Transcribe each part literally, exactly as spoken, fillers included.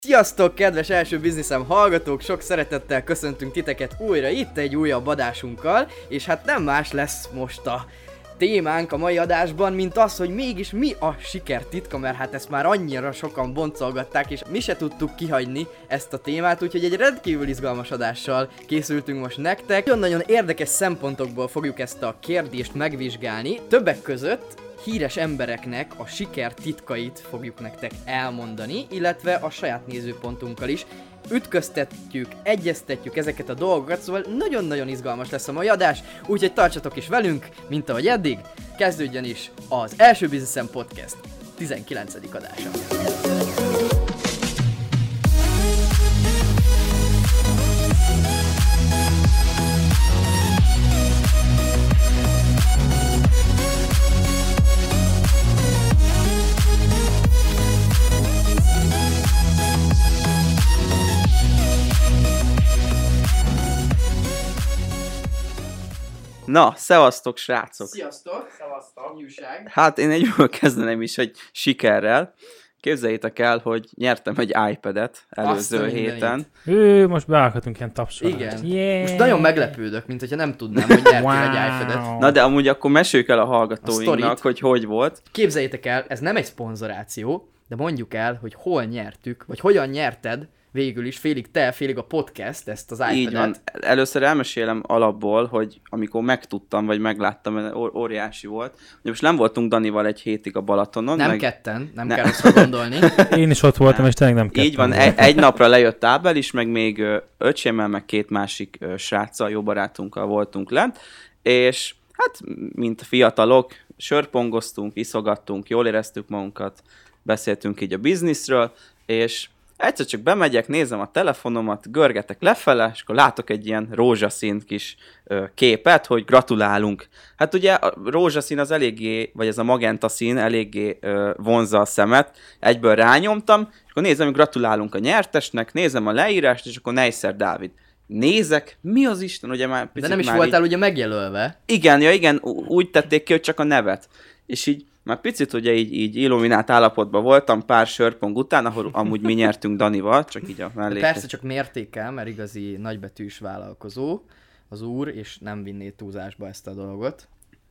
Sziasztok, kedves első bizniszem hallgatók! Sok szeretettel köszöntünk titeket újra itt egy újabb adásunkkal, és hát nem más lesz most a témánk a mai adásban, mint az, hogy mégis mi a siker titka, mert hát ezt már annyira sokan boncolgatták, és mi se tudtuk kihagyni ezt a témát, úgyhogy egy rendkívül izgalmas adással készültünk most nektek. Nagyon-nagyon érdekes szempontokból fogjuk ezt a kérdést megvizsgálni, többek között híres embereknek a siker titkait fogjuk nektek elmondani, illetve a saját nézőpontunkkal is ütköztetjük, egyeztetjük ezeket a dolgokat, szóval nagyon-nagyon izgalmas lesz a mai adás, úgyhogy tartsatok is velünk, mint ahogy eddig, kezdődjön is az Első Bizniszem Podcast tizenkilencedik adása. Na, szevasztok, srácok! Sziasztok! Szevasztok! Nyújság! Hát én egyből kezdenem is egy sikerrel. Képzeljétek el, hogy nyertem egy iPad-et előző héten. Ő, most beállhatunk ilyen tapsolat. Igen. Yeah. Most nagyon meglepődök, mint hogyha nem tudnám, hogy nyertél Wow. egy iPad-et. Na de amúgy akkor meséljük el a A hallgatóinknak, sztorit. hogy hogy volt. Képzeljétek el, ez nem egy szponzoráció, de mondjuk el, hogy hol nyertük, vagy hogyan nyerted végül is, félig te, félig a podcast ezt az iPad-et. Így van. Először elmesélem alapból, hogy amikor megtudtam, vagy megláttam, ó- óriási volt. Ugye most nem voltunk Danival egy hétig a Balatonon. Nem meg... ketten, nem Ne. kell azt gondolni. Én is ott voltam, és tényleg nem kettem. Így van, egy, egy napra lejött Ábel is, meg még ö, öcsémmel, meg két másik ö, sráccal, jó barátunkkal voltunk lent, és hát, mint fiatalok, sörpongoztunk, iszogattunk, jól éreztük magunkat, beszéltünk így a bizniszről, és egyszer csak bemegyek, nézem a telefonomat, görgetek lefele, és akkor látok egy ilyen rózsaszín kis ö, képet, hogy gratulálunk. Hát ugye a rózsaszín az eléggé, vagy ez a magenta szín eléggé ö, vonzza a szemet, egyből rányomtam, és akkor nézem, hogy gratulálunk a nyertesnek, nézem a leírást, és akkor Neisser Dávid. Nézek, mi az Isten, ugye már picit De nem is már voltál így... ugye megjelölve. Igen, ja igen, ú- úgy tették ki, hogy csak a nevet. És így már picit ugye így, így illuminált állapotban voltam pár sörpong után, ahol amúgy mi nyertünk Danival, csak így a De mellé. persze csak mértékel, mert igazi nagybetűs vállalkozó az úr, és nem vinné túlzásba ezt a dolgot.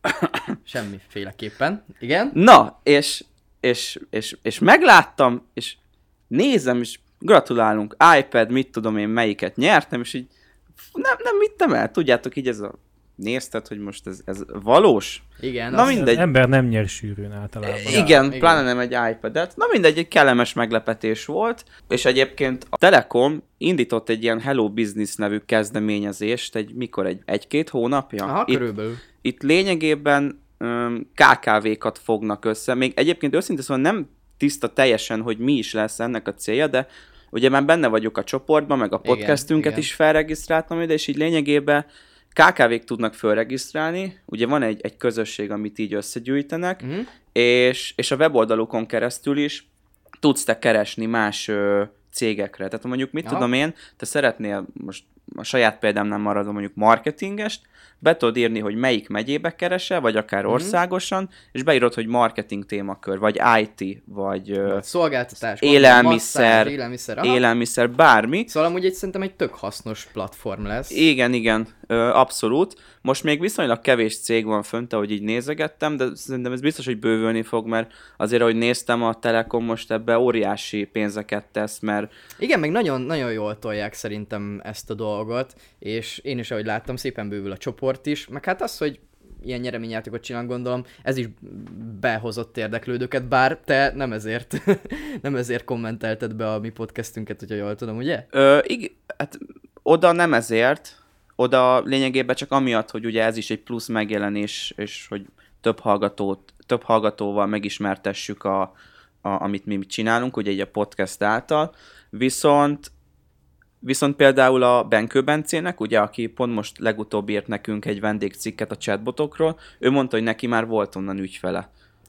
Semmiféleképpen. Igen? Na, és, és, és, és megláttam, és nézem, és gratulálunk, iPad, mit tudom én, melyiket nyertem, és így nem, nem vittem el, tudjátok, így ez a nézted, hogy most ez, ez valós? Igen. Na azt- mindegy. Az ember nem nyer sűrűn általában. Ja, Ja, igen, igen. pláne nem egy iPad-et. Na mindegy, egy kellemes meglepetés volt, és egyébként a Telekom indított egy ilyen Hello Business nevű kezdeményezést, egy mikor, egy egy-két hónapja? Aha, Itt, körülbelül. itt lényegében um, ká ká vé-kat fognak össze, még egyébként őszintén szóval nem tiszta teljesen, hogy mi is lesz ennek a célja, de ugye már benne vagyok a csoportban, meg a Igen, podcastünket igen. is felregisztráltam ide, és így lényegében ká ká vé-k tudnak felregisztrálni, ugye van egy, egy közösség, amit így összegyűjtenek, Mhm. és, és a weboldalukon keresztül is tudsz te keresni más ö, cégekre. Tehát mondjuk, mit Aha. tudom én, te szeretnél, most a saját példámnál maradva mondjuk marketingest, be tudod írni, hogy melyik megyébe keresel, vagy akár Mhm. országosan, és beírod, hogy marketing témakör, vagy i té, vagy ö, Vagy szolgáltatás, élelmiszer, masszázs, élelmiszer. Aha. élelmiszer, bármi. Szóval amúgy egy, szerintem egy tök hasznos platform lesz. Igen, igen, ö, abszolút. Most még viszonylag kevés cég van fönt, ahogy így nézegettem, de szerintem ez biztos, hogy bővülni fog, mert azért, ahogy néztem, a Telekom most ebbe óriási pénzeket tesz, mert Igen, meg nagyon, nagyon jól tolják szerintem ezt a dolgot, és én is, ahogy láttam, szépen bővül a csoport is, meg hát az, hogy ilyen nyereményjátékot csinál, gondolom, ez is behozott érdeklődőket, bár te nem ezért, nem ezért kommentelted be a mi podcastünket, hogyha jól tudom, ugye? Ö, ig- hát oda nem ezért, oda lényegében csak amiatt, hogy ugye ez is egy plusz megjelenés, és hogy több hallgatót, több hallgatóval megismertessük, a, a, amit mi csinálunk, ugye így a podcast által, viszont Viszont például a Benkő Bencének, ugye, aki pont most legutóbb írt nekünk egy vendégcikket a chatbotokról, ő mondta, hogy neki már volt onnan ügyfele.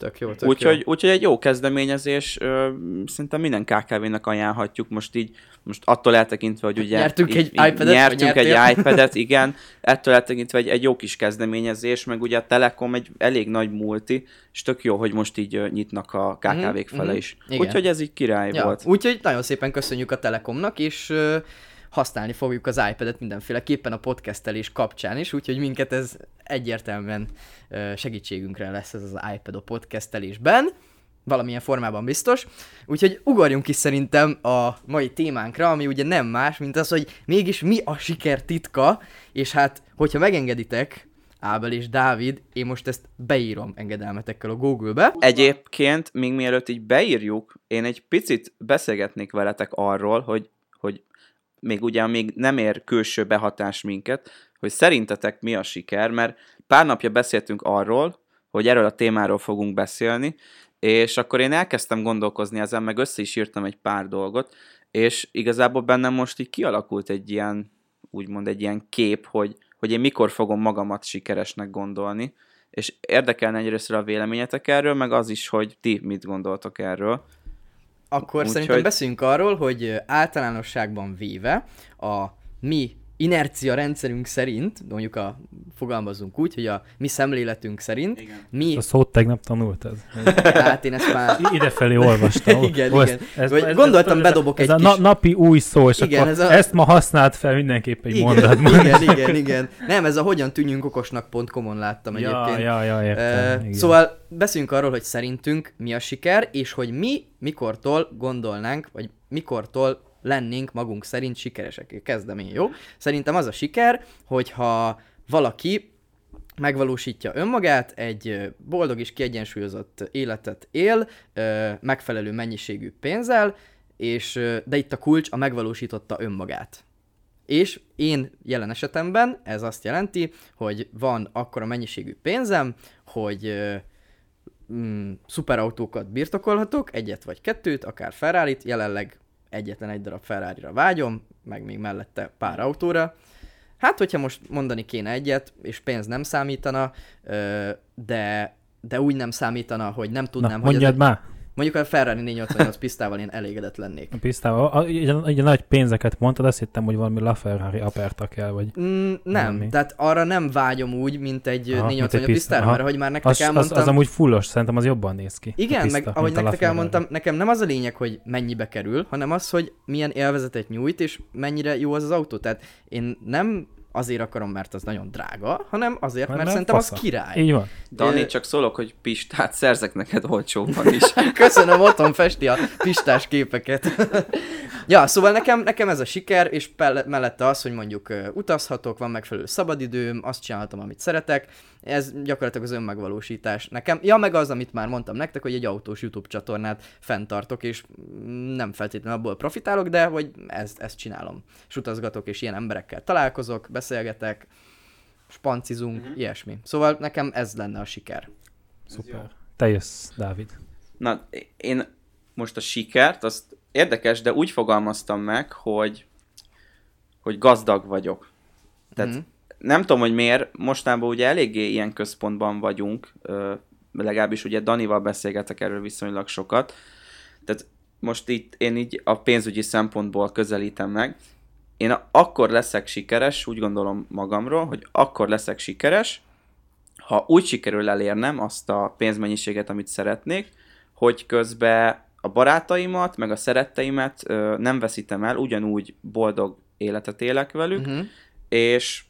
Tök jó, tök Úgyhogy jó. úgy, egy jó kezdeményezés, ö, szerintem minden ká ká vének ajánlhatjuk, most így, most attól eltekintve, hogy ugye... Nyertünk így, egy így, iPad-et, Nyertünk egy nyertél? iPad-et, igen, ettől eltekintve egy, egy jó kis kezdeményezés, meg ugye a Telekom egy elég nagy multi, és tök jó, hogy most így ö, nyitnak a ká ká vék fele is. Igen. Úgyhogy ez így király Ja, volt. úgyhogy nagyon szépen köszönjük a Telekomnak, és ö, használni fogjuk az iPad-et mindenféleképpen a podcastelés kapcsán is, úgyhogy minket ez egyértelműen ö, segítségünkre lesz ez az iPad a podcastelésben, valamilyen formában biztos. Úgyhogy ugorjunk is szerintem a mai témánkra, ami ugye nem más, mint az, hogy mégis mi a siker titka, és hát, hogyha megengeditek, Ábel és Dávid, én most ezt beírom engedelmetekkel a Google-be. Egyébként, még mielőtt így beírjuk, én egy picit beszélgetnék veletek arról, hogy, hogy még ugye még nem ér külső behatás minket, hogy szerintetek mi a siker, mert pár napja beszéltünk arról, hogy erről a témáról fogunk beszélni, és akkor én elkezdtem gondolkozni ezen, meg össze is írtam egy pár dolgot, és igazából bennem most így kialakult egy ilyen, úgymond egy ilyen kép, hogy, hogy én mikor fogom magamat sikeresnek gondolni, és érdekelne egyrészt a véleményetek erről, meg az is, hogy ti mit gondoltok erről. Akkor Úgy, szerintem hogy... beszéljünk arról, hogy általánosságban véve a mi inercia rendszerünk szerint, mondjuk a, fogalmazunk úgy, hogy a mi szemléletünk szerint, Igen. mi... A szót tegnap tanultad? Hát én ezt már... Idefelé olvastam. Igen, Ó, igen. Ez, Vagy ez, gondoltam, ez, bedobok ez egy a kis... na- napi új szó, és Igen, akkor ez a- ezt ma használd fel mindenképp egy Igen, mondatban. igen, igen, igen. Nem, ez a hogyan tűnjünk okosnak pont comon láttam Ja, egyébként. ja, ja, értem. Uh, igen. szóval beszéljünk arról, hogy szerintünk mi a siker, és hogy mi mikortól gondolnánk, vagy mikortól lennénk magunk szerint sikeresek. Kezdem én, jó? Szerintem az a siker, hogyha valaki megvalósítja önmagát, egy boldog és kiegyensúlyozott életet él, megfelelő mennyiségű pénzzel, és, de itt a kulcs, a megvalósította önmagát. És én jelen esetemben ez azt jelenti, hogy van akkora mennyiségű pénzem, hogy mm, szuperautókat birtokolhatok, egyet vagy kettőt, akár Ferrarit, jelenleg egyetlen egy darab Ferrarira vágyom, meg még mellette pár autóra. Hát, hogyha most mondani kéne egyet, és pénz nem számítana, de, de úgy nem számítana, hogy nem tudnám, Na, hogy... mondjad egy, már! mondjuk a Ferrari négyszáznyolcvannyolc pisztával én elégedett lennék. A pisztával. Ugye nagy pénzeket mondtad, azt hittem, hogy valami LaFerrari Aperta kell, vagy... Mm, nem, valami. tehát arra nem vágyom úgy, mint egy Aha, négyszáznyolcvannyolc mint egy pisztára, piszt- mert ahogy már nektek Az, elmondtam... az, az amúgy fullos, szerintem az jobban néz ki. Igen, a meg piszta, ahogy mint a nektek LaFerrari. elmondtam, nekem nem az a lényeg, hogy mennyibe kerül, hanem az, hogy milyen élvezetet nyújt, és mennyire jó az az autó. Tehát én nem azért akarom, mert az nagyon drága, hanem azért, mert, Mert szerintem fasza. az király. Így van. Dani, Ö- csak szólok, hogy pistát szerzek neked olcsóban is. Köszönöm, otthon festi a pistás képeket. Ja, szóval nekem, nekem ez a siker, és pelle- mellette az, hogy mondjuk uh, utazhatok, van megfelelő szabadidőm, azt csinálhatom, amit szeretek. Ez gyakorlatilag az önmegvalósítás nekem. Ja, meg az, amit már mondtam nektek, hogy egy autós YouTube csatornát fenntartok, és nem feltétlenül abból profitálok, de hogy ezt, ezt csinálom. És utazgatok, és ilyen emberekkel találkozok, beszélgetek, spancizunk, uh-huh. ilyesmi. Szóval nekem ez lenne a siker. Szuper. Te jössz, Dávid. Na, én most a sikert, azt érdekes, de úgy fogalmaztam meg, hogy, hogy gazdag vagyok. Tehát Mhm. nem tudom, hogy miért, mostanában ugye eléggé ilyen központban vagyunk, ö, legalábbis ugye Danival beszélgetek erről viszonylag sokat. Tehát most itt én így a pénzügyi szempontból közelítem meg. Én akkor leszek sikeres, úgy gondolom magamról, hogy akkor leszek sikeres, ha úgy sikerül elérnem azt a pénzmennyiséget, amit szeretnék, hogy közben a barátaimat, meg a szeretteimet ö, nem veszítem el, ugyanúgy boldog életet élek velük, Uh-huh. és,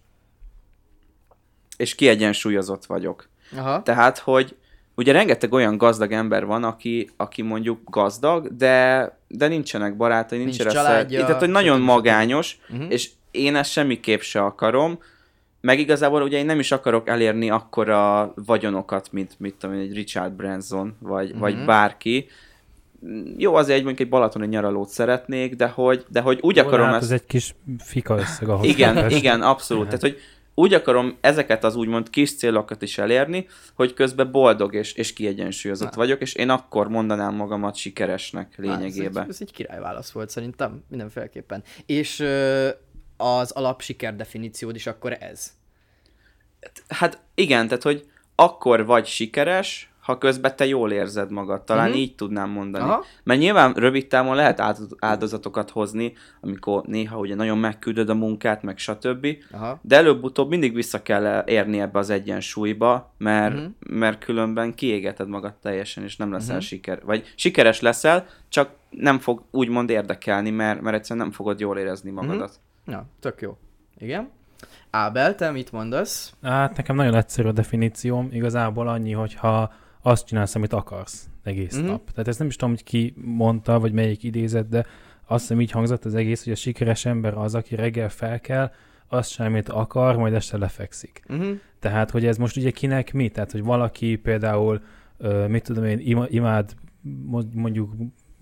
és kiegyensúlyozott vagyok. Aha. Tehát, hogy ugye rengeteg olyan gazdag ember van, aki, aki mondjuk gazdag, de, de nincsenek barátai, Nincs nincsenek családja, szeret- Tehát, hogy nagyon stb. magányos, Uh-huh. és én ezt semmiképp se akarom, meg igazából ugye én nem is akarok elérni akkora vagyonokat, mint mit tudom én, egy Richard Branson, vagy, Mhm. vagy bárki. Jó, azért egy, mondjuk egy balatoni nyaralót szeretnék, de hogy, de hogy úgy Jó, akarom hát ezt... ez egy kis fika összeg ahhoz Igen, képest. igen, abszolút. Tehát, hogy úgy akarom ezeket az úgymond kis célokat is elérni, hogy közben boldog és, és kiegyensúlyozott Na. vagyok, és én akkor mondanám magamat sikeresnek lényegében. Ez, ez egy királyválasz volt szerintem, mindenféleképpen. És ö, az alapsiker definíciód is akkor ez. Hát igen, tehát hogy akkor vagy sikeres, ha közben te jól érzed magad. Talán Mhm. így tudnám mondani. Aha. Mert nyilván rövid távon lehet áld- áldozatokat hozni, amikor néha ugye nagyon megküldöd a munkát, meg stb. Aha. De előbb-utóbb mindig vissza kell érni ebbe az egyensúlyba, mert, Mhm. mert különben kiégeted magad teljesen, és nem leszel Mhm. siker. Vagy sikeres leszel, csak nem fog úgymond érdekelni, mert, mert egyszerűen nem fogod jól érezni magadat. Na, tök jó. Igen. Ábel, te mit mondasz? Hát nekem nagyon egyszerű a definícióm, igazából annyi, hogyha azt csinálsz, amit akarsz egész Mhm. mm-hmm. nap. Tehát ezt nem is tudom, hogy ki mondta, vagy melyik idézet, de azt hiszem így hangzott az egész, hogy a sikeres ember az, aki reggel felkel, azt sem, amit akar, majd este lefekszik. Uh-huh. Tehát, hogy ez most ugye kinek mi? Tehát, hogy valaki például, ö, mit tudom én, ima- imád mo- mondjuk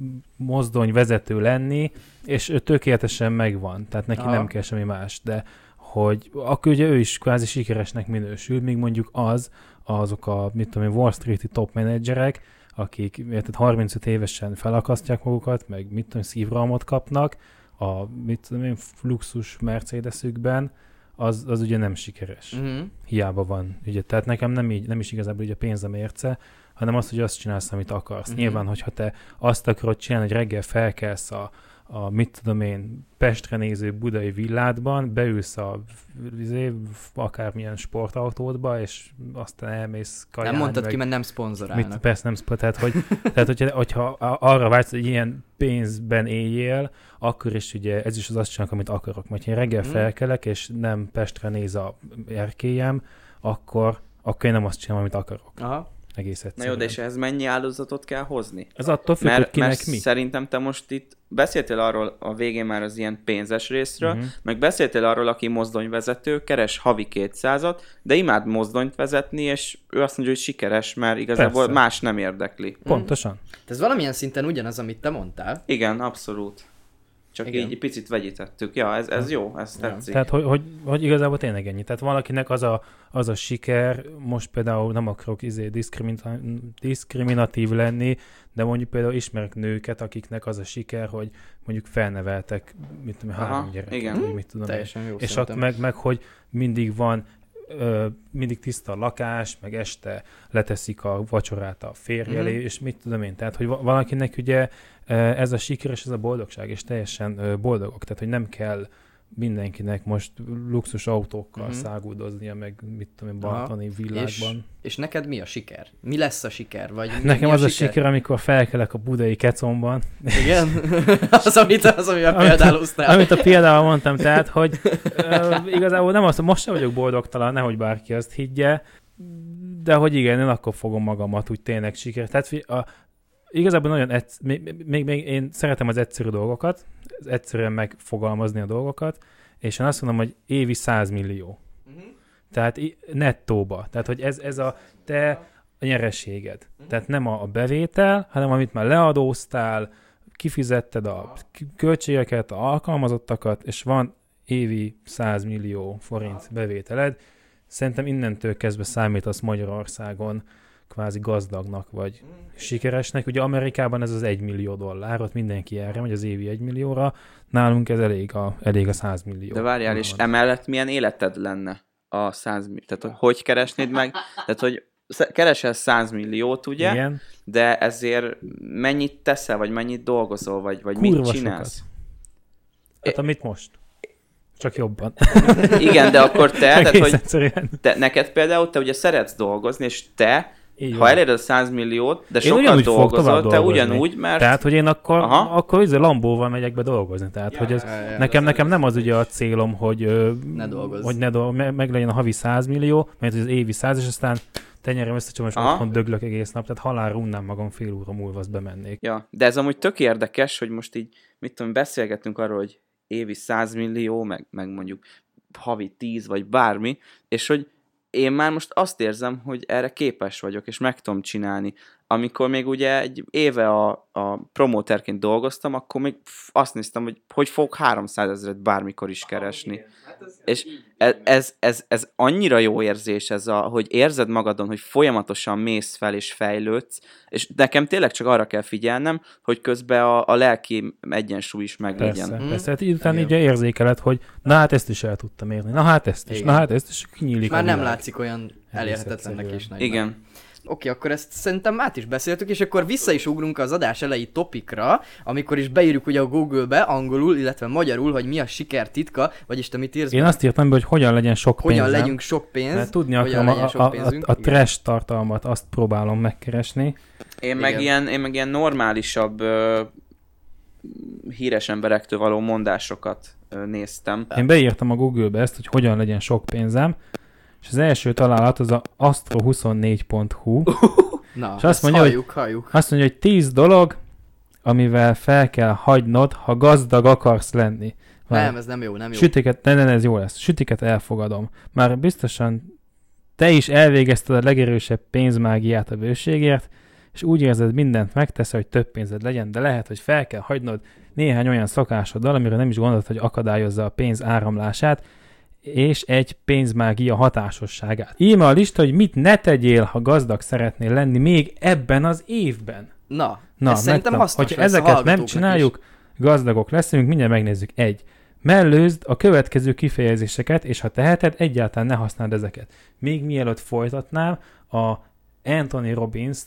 mozdonyvezető lenni, és ő tökéletesen megvan, tehát neki Aha. nem kell semmi más, de hogy akkor ugye ő is kvázi sikeresnek minősül, míg mondjuk az, azok a, mit tudom én, Wall Street-i top menedzserek, akik érted, harmincöt évesen felakasztják magukat, meg mit tudom, szívrohamot kapnak, a mit tudom én, luxus Mercedesükben, az, az ugye nem sikeres. Uh-huh. Hiába van. Ugye, tehát nekem nem, így, nem is igazából így a pénz a mérce, hanem az, hogy azt csinálsz, amit akarsz. Mhm. Nyilván, hogyha te azt akarod csinálni, hogy reggel felkelsz a, a mit tudom én, Pestre néző budai villádban, beülsz a izé, akármilyen sportautódba, és aztán elmész kajálni. Nem mondtad meg, ki, mert nem mit, szponzorálnak. persze nem szpo- tehát, hogy, tehát hogyha, hogyha arra vágysz, hogy ilyen pénzben éljél, akkor is ugye ez is az azt csinálok, amit akarok. Mert ha én reggel Mhm. felkelek, és nem Pestre néz a erkélyem, akkor, akkor én nem azt csinálom, amit akarok. Aha. Egész Na egyszerűen. jó, de és ehhez mennyi áldozatot kell hozni? Ez attól függ, hogy Mert, kinek mert mi. szerintem te most itt beszéltél arról a végén már az ilyen pénzes részről, Mhm. meg beszéltél arról, aki mozdonyvezető, keres havi kétszázat, de imád mozdonyt vezetni, és ő azt mondja, hogy sikeres, mert igazából Persze. más nem érdekli. Pontosan. Ez valamilyen szinten ugyanaz, amit te mondtál. Igen, abszolút. Csak Igen. így picit vegyítettük. Ja, ez, ez jó, ez Ja. tetszik. Tehát, hogy, hogy, hogy igazából tényleg ennyi. Tehát valakinek az a, az a siker, most például nem akarok izé diszkrimina- diszkriminatív lenni, de mondjuk például ismerek nőket, akiknek az a siker, hogy mondjuk felneveltek, mit tudom, Aha, három gyereket, igen. vagy mit tudom én. Teljesen jó És szerintem. ak- meg, meg, hogy mindig van, ö, mindig tiszta a lakás, meg este leteszik a vacsorát a férj elé, Mhm. és mit tudom én. Tehát, hogy va- valakinek ugye ö, ez a siker és ez a boldogság, és teljesen ö, boldogok. Tehát, hogy nem kell mindenkinek most luxus autókkal Mhm. uh-huh. száguldoznia, meg mit tudom én, Aha. balatoni villákban. És neked mi a siker? Mi lesz a siker? Vagy mi, Nekem mi az a siker, amikor felkelek a budai kecomban, Igen? az, amit, az, amivel Amit- példáloztál. amit a példával mondtam, tehát, hogy ö, igazából nem azt, most sem vagyok boldogtalan, nehogy bárki azt higgye, de hogy igen, én akkor fogom magamat úgy tényleg siker. Tehát fi- a, igazából nagyon egysz, még, még, még én szeretem az egyszerű dolgokat, az egyszerűen megfogalmazni a dolgokat, és én azt mondom, hogy évi száz millió. Mhm. Tehát i- nettóba. Tehát, hogy ez, ez a te a nyereséged. Tehát nem a, a bevétel, hanem amit már leadóztál, kifizetted a k- költségeket, a alkalmazottakat, és van évi száz millió forint bevételed. Szerintem innentől kezdve számítasz Magyarországon kvázi gazdagnak vagy sikeresnek. Ugye Amerikában ez az egy millió dollár, ott mindenki erre megy az évi egy millióra, nálunk ez elég a, elég a száz millió. De várjál, és Úgymond. emellett milyen életed lenne a száz millió? Tehát, hogy hogy keresnéd meg? Tehát, hogy sz- keresel száz milliót, ugye? Igen. De ezért mennyit teszel, vagy mennyit dolgozol, vagy, vagy Kurva mit csinálsz? Hát amit most. Csak jobban. Igen, de akkor te, tehát, Egész hogy egyszerűen. te, neked például, te ugye szeretsz dolgozni, és te, Így ha van. eléred a száz milliót, de Én sokat ugyanúgy fogok dolgozol, tovább te dolgozni. ugyanúgy, mert... Tehát, hogy én akkor, Aha. akkor izé Lambóval megyek be dolgozni. Tehát, hogy ez, Ja, ja, nekem, nekem nem az ugye a célom, hogy, ö, Ne dolgozz. hogy ne dolg, me- meg legyen a havi száz millió, mert az évi száz, és aztán tenyerem összecsomom, és Aha. otthon döglök egész nap. Tehát halálra unnám magam, fél óra múlva azt bemennék. Ja, de ez amúgy tök érdekes, hogy most így, mit tudom, beszélgetünk arról, hogy évi száz millió, meg, meg mondjuk havi tíz, vagy bármi, és hogy én már most azt érzem, hogy erre képes vagyok, és meg tudom csinálni. Amikor még ugye egy éve a, a promóterként dolgoztam, akkor még pff, azt néztem, hogy hogy fogok háromszázezret bármikor is keresni. És ez, ez, ez, ez annyira jó érzés, ez a, hogy érzed magadon, hogy folyamatosan mész fel és fejlődsz, és nekem tényleg csak arra kell figyelnem, hogy közben a, a lelki egyensúly is meglegyen. Persze, Mhm. persze. Hát így után Igen. így érzékeled, hogy na hát ezt is el tudtam érni, na hát ezt is, Igen. na hát ezt is, kinyílik Már a nem világ. látszik olyan elérhetetlennek egyszerűen. is. nagyban. Igen. Oké, akkor ezt szerintem át is beszéltük, és akkor vissza is ugrunk az adás elejé topikra, amikor is beírjuk ugye a Google-be angolul, illetve magyarul, hogy mi a siker titka, vagyis te mit írsz? Én azt írtam be, hogy hogyan legyen sok hogyan pénzem. legyünk sok pénz, Mert tudni hogyan akarom, legyen a, sok a, a, pénzünk. a trash tartalmat, azt próbálom megkeresni. Én meg, ilyen, én meg ilyen normálisabb ö, híres emberektől való mondásokat ö, néztem. Én beírtam a Google-be ezt, hogy hogyan legyen sok pénzem, és az első találat az a astro huszonnégy pont hu, Na, és azt mondja, halljuk, halljuk. azt mondja, hogy tíz dolog, amivel fel kell hagynod, ha gazdag akarsz lenni. Már Nem, ez nem jó, nem jó. sütiket, ne, ne, ne, ez jó lesz. Sütiket elfogadom. Már biztosan te is elvégezted a legerősebb pénzmágiát a bőségért, és úgy érzed, mindent megteszel, hogy több pénzed legyen, de lehet, hogy fel kell hagynod néhány olyan szokásoddal, amire nem is gondolod, hogy akadályozza a pénz áramlását, és egy pénzmágia hatásosságát. Íme a lista, hogy mit ne tegyél, ha gazdag szeretnél lenni még ebben az évben. Na, Na, ez szerintem megtam- hasznos hogyha lesz a ezeket nem hallgatóknak csináljuk, gazdagok leszünk, mindjárt megnézzük. Egy. Mellőzd a következő kifejezéseket, és ha teheted, egyáltalán ne használd ezeket. Még mielőtt folytatnám, a Anthony Robbins,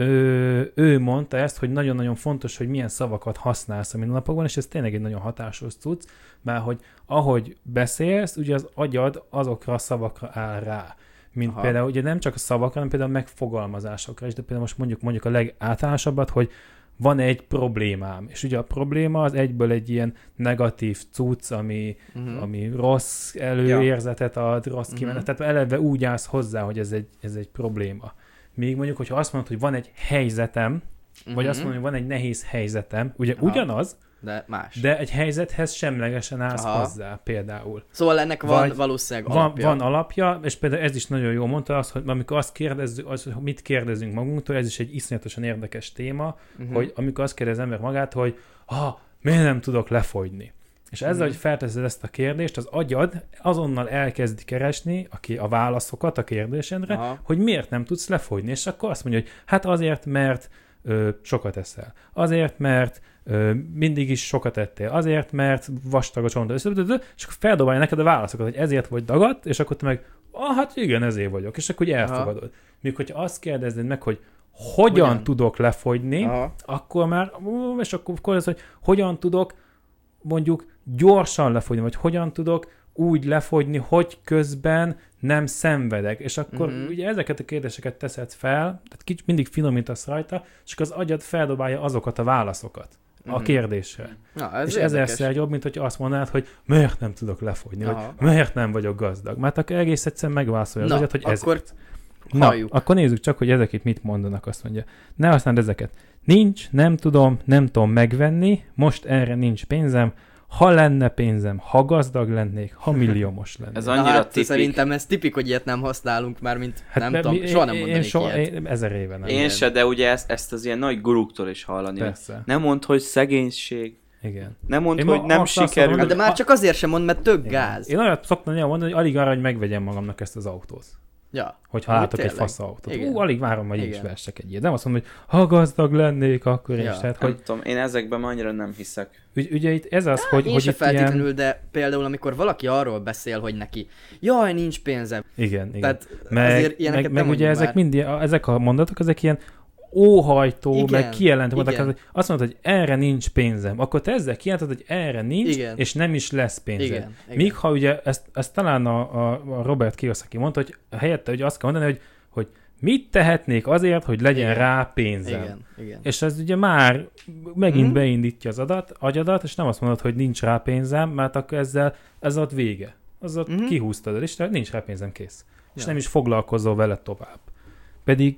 ő, ő mondta ezt, hogy nagyon-nagyon fontos, hogy milyen szavakat használsz a mindennapokban, és ez tényleg egy nagyon hatásos cucc, mert hogy ahogy beszélsz, ugye az agyad azokra a szavakra áll rá. Mint Aha. például, ugye nem csak a szavakra, hanem például megfogalmazásokra is, de például most mondjuk mondjuk a legáltalánosabbat, hogy van egy problémám, és ugye a probléma az egyből egy ilyen negatív cucc, ami, Uh-huh. ami rossz előérzetet ad, rossz Mhm. kimenetet, tehát eleve úgy állsz hozzá, hogy ez egy, ez egy probléma. Még mondjuk, hogyha azt mondod, hogy van egy helyzetem, vagy Mhm. azt mondod, hogy van egy nehéz helyzetem, ugye Aha. ugyanaz, De más. de egy helyzethez semlegesen állsz Aha. hozzá például. Szóval ennek van Vagy valószínűleg Van, alapja. van alapja, és például ez is nagyon jól mondta, az, hogy amikor azt kérdezzük, az, hogy mit kérdezünk magunktól, ez is egy iszonyatosan érdekes téma, Uh-huh. hogy amikor azt kérdez az ember magát, hogy ah, miért nem tudok lefogyni? És ezzel, Mhm. hogy felteszed ezt a kérdést, az agyad azonnal elkezdi keresni aki a válaszokat a kérdésedre, Aha. hogy miért nem tudsz lefogyni. És akkor azt mondja, hogy hát azért, mert ö, sokat eszel. Azért, mert ö, mindig is sokat ettél. Azért, mert vastag a csontod. És akkor feldobálja neked a válaszokat, hogy ezért vagy dagadt, és akkor te meg, ah, hát igen, ezért vagyok. És akkor úgy elfogadod. Míg hogyha azt kérdeznéd meg, hogy hogyan, Hogyan? tudok lefogyni, Aha. akkor már, ú, és akkor, akkor ez, hogy hogyan tudok mondjuk gyorsan lefogyni, vagy hogyan tudok úgy lefogyni, hogy közben nem szenvedek. És akkor Mhm. ugye ezeket a kérdéseket teszed fel, tehát kicsit mindig finomítasz rajta, és akkor az agyad feldobálja azokat a válaszokat a Mhm. kérdésre. Na, ez és érdekes. ezerszer jobb, mint hogy azt mondanád, hogy miért nem tudok lefogyni, Aha. vagy miért nem vagyok gazdag. Mert akkor egész egyszerűen megválaszolja az Na, agyad, hogy ez. akkor Na, halljuk. akkor nézzük csak, hogy ezek itt mit mondanak, azt mondja. Ne használd ezeket. Nincs, nem tudom, nem tudom megvenni, most erre nincs pénzem, ha lenne pénzem, ha gazdag lennék, ha milliómos lennék. Ez Na, annyira hát tipik. szerintem ez tipik, hogy ilyet nem használunk már, mint Hát nem be- tudom, mi- soha nem én- mondanék én soha- ilyet. én ezer éve nem. Én Igen. se, de ugye ezt, ezt az ilyen nagy guruktól is hallani. hogy Persze. Nem mondd, hogy szegénység. Igen. Nem mondd, Én hogy ma nem azt- azt sikerül. Hát de már csak azért sem mond, mert tök Igen. gáz. Én olyat szoktam néha mondani, hogy alig arra, hogy megvegyem magamnak ezt az autót. Ja. Hogyha Úgy látok egy tényleg. fasz autót. Igen. Ú, alig várom, hogy én is Igen. vessek egy ilyet. Nem azt mondom, hogy ha gazdag lennék, akkor én Ja. is. Tehát, Nem hogy tudom, én ezekben annyira nem hiszek. ügy, ugye itt ez az, hogy, Én hogy se itt feltétlenül, ilyen... de például amikor valaki arról beszél, hogy neki jaj, nincs pénzem. Igen, igen. Tehát meg, azért ilyeneket meg, nem meg ugye mondjuk ezek már. mind, ilyen- ezek a mondatok, ezek ilyen óhajtó, Igen, meg kijelentő mondatok, igen. hogy azt mondod, hogy erre nincs pénzem, akkor te ezzel kijelentod, hogy erre nincs, Igen. és nem is lesz pénzed. Igen, igen. Míg ha ugye ezt, ezt talán a, a, a Robert Kiyosaki mondta, hogy helyette hogy azt kell mondani, hogy, hogy mit tehetnék azért, hogy legyen Igen. rá pénzem. Igen, igen. És ez ugye már megint Mhm. beindítja az adat, agyadat, és nem azt mondod, hogy nincs rá pénzem, mert akkor ezzel ez ott vége. Az ott Mhm. kihúztad a listát, nincs rá pénzem, kész. És Ja. nem is foglalkozol vele tovább. Pedig,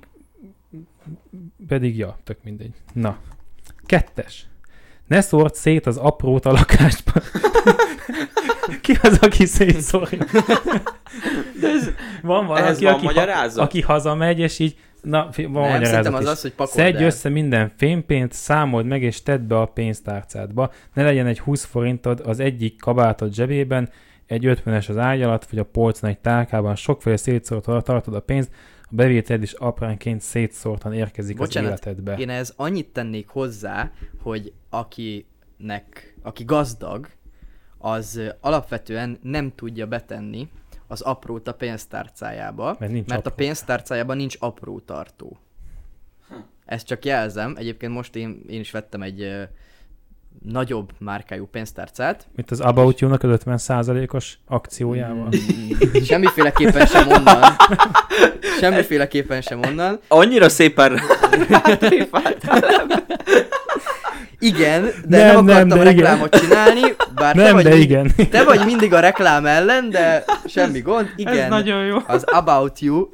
pedig ja, tök mindegy. Na, kettes. Ne szórt szét az aprót a lakásban. Ki az, aki szétszórja? Van valaki, ehhez van aki, magyarázat? aki hazamegy, és így, na, fi- van Nem, magyarázat szerintem az is. az, hogy pakold Szedj el. össze minden fémpént, számold meg, és tedd be a pénztárcádba. Ne legyen egy húsz forintod az egyik kabátod zsebében, egy ötvenes az ágy alatt, vagy a polcon egy tálkában, sokféle szétszórtan tartod a pénzt, a bevételed is apránként szétszórtan érkezik Bocsánat, az életedbe. Én ez annyit tennék hozzá, hogy akinek, aki gazdag, az ö, alapvetően nem tudja betenni az aprót a pénztárcájába, Mert, nincs mert a apró. pénztárcájában nincs apró tartó. Ezt csak jelzem, egyébként most én, én is vettem egy ö, nagyobb márkájú pénztárcát. Mint az About You-nak az ötven százalékos akciójával. Mm, semmiféleképpen sem onnan. Semmiféleképpen sem onnan. Annyira szépen Igen, de Nem, nem, nem akartam nem, de reklámot igen. csinálni, bár te Nem, vagy, de mi- igen. te vagy mindig a reklám ellen, de semmi gond. Igen, Ez nagyon jó. az About You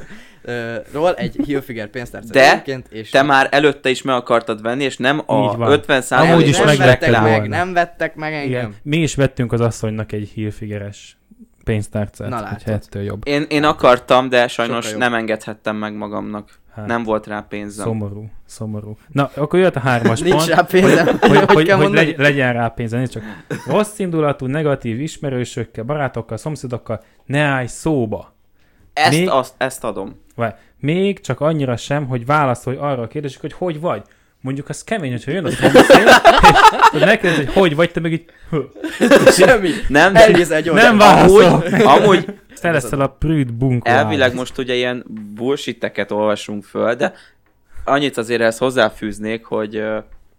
ö, ról egy Hilfiger pénztárcát De egyébként, és te már előtte is meg akartad venni, és nem Így a van. ötven Amúgy százalékos is nem megvetted vettek meg, volna. nem vettek meg engem. Igen. Mi is vettünk az asszonynak egy Hilfigeres pénztárcát, Na, hogyha látod. ettől jobb. Én, én akartam, de sajnos Sokkal jobb. nem engedhettem meg magamnak. Hát, Nem volt rá pénzem. Szomorú, szomorú. Na, akkor jött a hármas Nincs pont. rá pénzem, hogy, hogy, hogy, hogy, kell hogy mondani? legy, legyen rá pénze, nézd csak rossz indulatú, negatív ismerősökkel, barátokkal, szomszédokkal ne állj szóba. Ezt, Még- azt, ezt adom. Vagy még csak annyira sem, hogy válaszolj arra a kérdésre, hogy hogy vagy. Mondjuk az kemény, hogyha jön a szomszéd, és megkérdez, hogy hogy vagy, te meg így Semmi. Nem, de Elnézel egy nem oldalt. válaszol. amúgy Te leszel a prűd bunkó. elvileg most ugye ilyen bullshiteket olvasunk föl, de annyit azért ezt hozzáfűznék, hogy ö,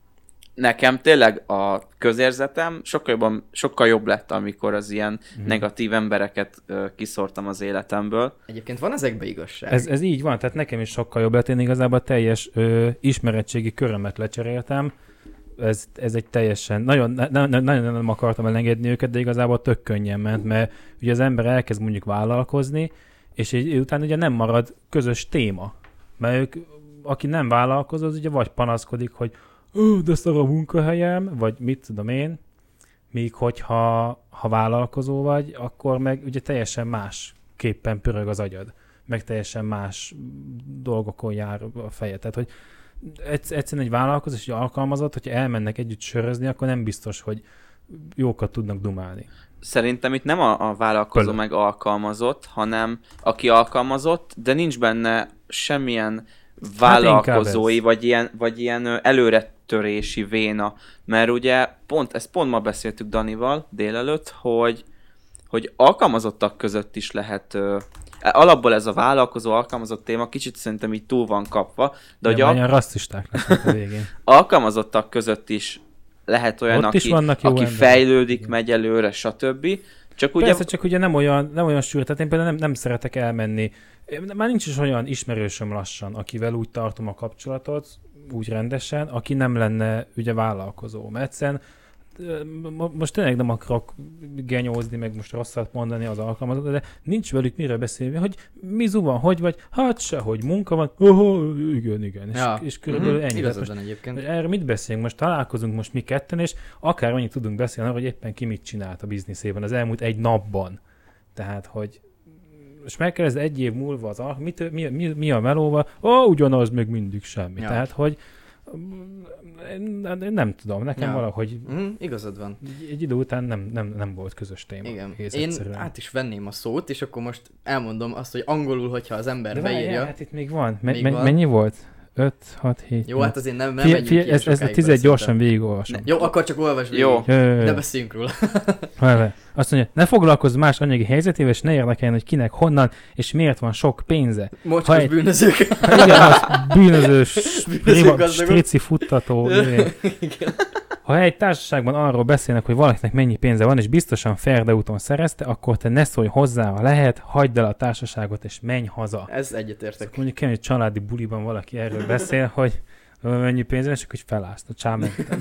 nekem tényleg a közérzetem sokkal, jobban, sokkal jobb lett, amikor az ilyen Mhm. negatív embereket ö, kiszórtam az életemből. Egyébként van ezekben igazság. Ez, ez így van, tehát nekem is sokkal jobb lett. Én igazából teljes ö, ismeretségi körömet lecseréltem. Ez, ez egy teljesen, nagyon, ne, ne, ne, nagyon nem akartam elengedni őket, de igazából tök könnyen ment, mert ugye az ember elkezd mondjuk vállalkozni, és így utána ugye nem marad közös téma. Mert ők, aki nem vállalkozó, az ugye vagy panaszkodik, hogy Ó, de szar a munkahelyem, vagy mit tudom én, míg hogyha ha vállalkozó vagy, akkor meg ugye teljesen más képpen pörög az agyad, meg teljesen más dolgokon jár a fejed. Tehát, hogy egyszerűen egy vállalkozás, egy alkalmazott, hogyha elmennek együtt sörözni, akkor nem biztos, hogy jókat tudnak dumálni. Szerintem itt nem a, a vállalkozó Pölö. meg alkalmazott, hanem aki alkalmazott, de nincs benne semmilyen vállalkozói, Hát vagy ilyen, vagy ilyen ö, előretörési véna. Mert ugye pont, ezt pont ma beszéltük Danival délelőtt, hogy, hogy alkalmazottak között is lehet, ö, alapból ez a vállalkozó alkalmazott téma kicsit szerintem így túl van kapva, de hogy Nem, al- olyan rasszisták lesznek a végén. alkalmazottak között is lehet olyan, Ott is aki, vannak jó aki emberek. fejlődik, Igen. megy előre, stb. Csak ugye Persze, csak ugye nem olyan, nem olyan sűrű, tehát én például nem, nem szeretek elmenni. Én- Már nincs is olyan ismerősöm lassan, akivel úgy tartom a kapcsolatot, úgy rendesen, aki nem lenne ugye vállalkozó. Mert egyszerűen ö, mo- most tényleg nem akarok genyózni, meg most rosszat mondani az alkalmazottra, de nincs velük miről beszélni, hogy mizu van, hogy vagy, hát se, hogy munka van, oh, igen, igen, Ja. és, és körülbelül Mhm, ennyi. igazad Tehát van most, egyébként. hogy erről mit beszélünk? Most találkozunk most mi ketten, és akár annyit tudunk beszélni arról, hogy éppen ki mit csinált a bizniszében az elmúlt egy napban. Tehát, hogy most megkérdezed egy év múlva az al- mit, mi, mi, mi a melóval, ó, ugyanaz még mindig semmi. Ja. Tehát, hogy mm, én, én nem tudom, nekem Ja. valahogy Mm, igazad van. egy, egy idő után nem, nem, nem volt közös téma. Igen. egész Én egyszerűen. át is venném a szót, és akkor most elmondom azt, hogy angolul, hogyha az ember De beírja. várjál, hát itt még van. Me, Még me, van. Mennyi volt? öt, hat, hét, Jó, hát azért nem, nem Fie, megyünk fie, ilyen ez, ez a sokáig tized bele gyorsan szerintem. végigolvasom. Jó, akkor csak olvasd végig. Jó. Jö, jö, jö. Ne beszéljünk róla. Várj, Azt mondja, ne foglalkozz más anyagi helyzetével, és ne érdekeljen, hogy kinek, honnan, és miért van sok pénze. Mocskos Ha egy- bűnözők. Igen, az bűnözős, Bűnöző prima, gazdagok. strici futtató. izé. Igen. Ha egy társaságban arról beszélnek, hogy valakinek mennyi pénze van, és biztosan fair de úton szerezte, akkor te ne szólj hozzá, ha lehet, hagyd el a társaságot, és menj haza. Ez egyetértek. Akkor mondjuk kemény családi buliban valaki erről beszél, hogy mennyi pénze van, és akkor hogy felázta, csámentem.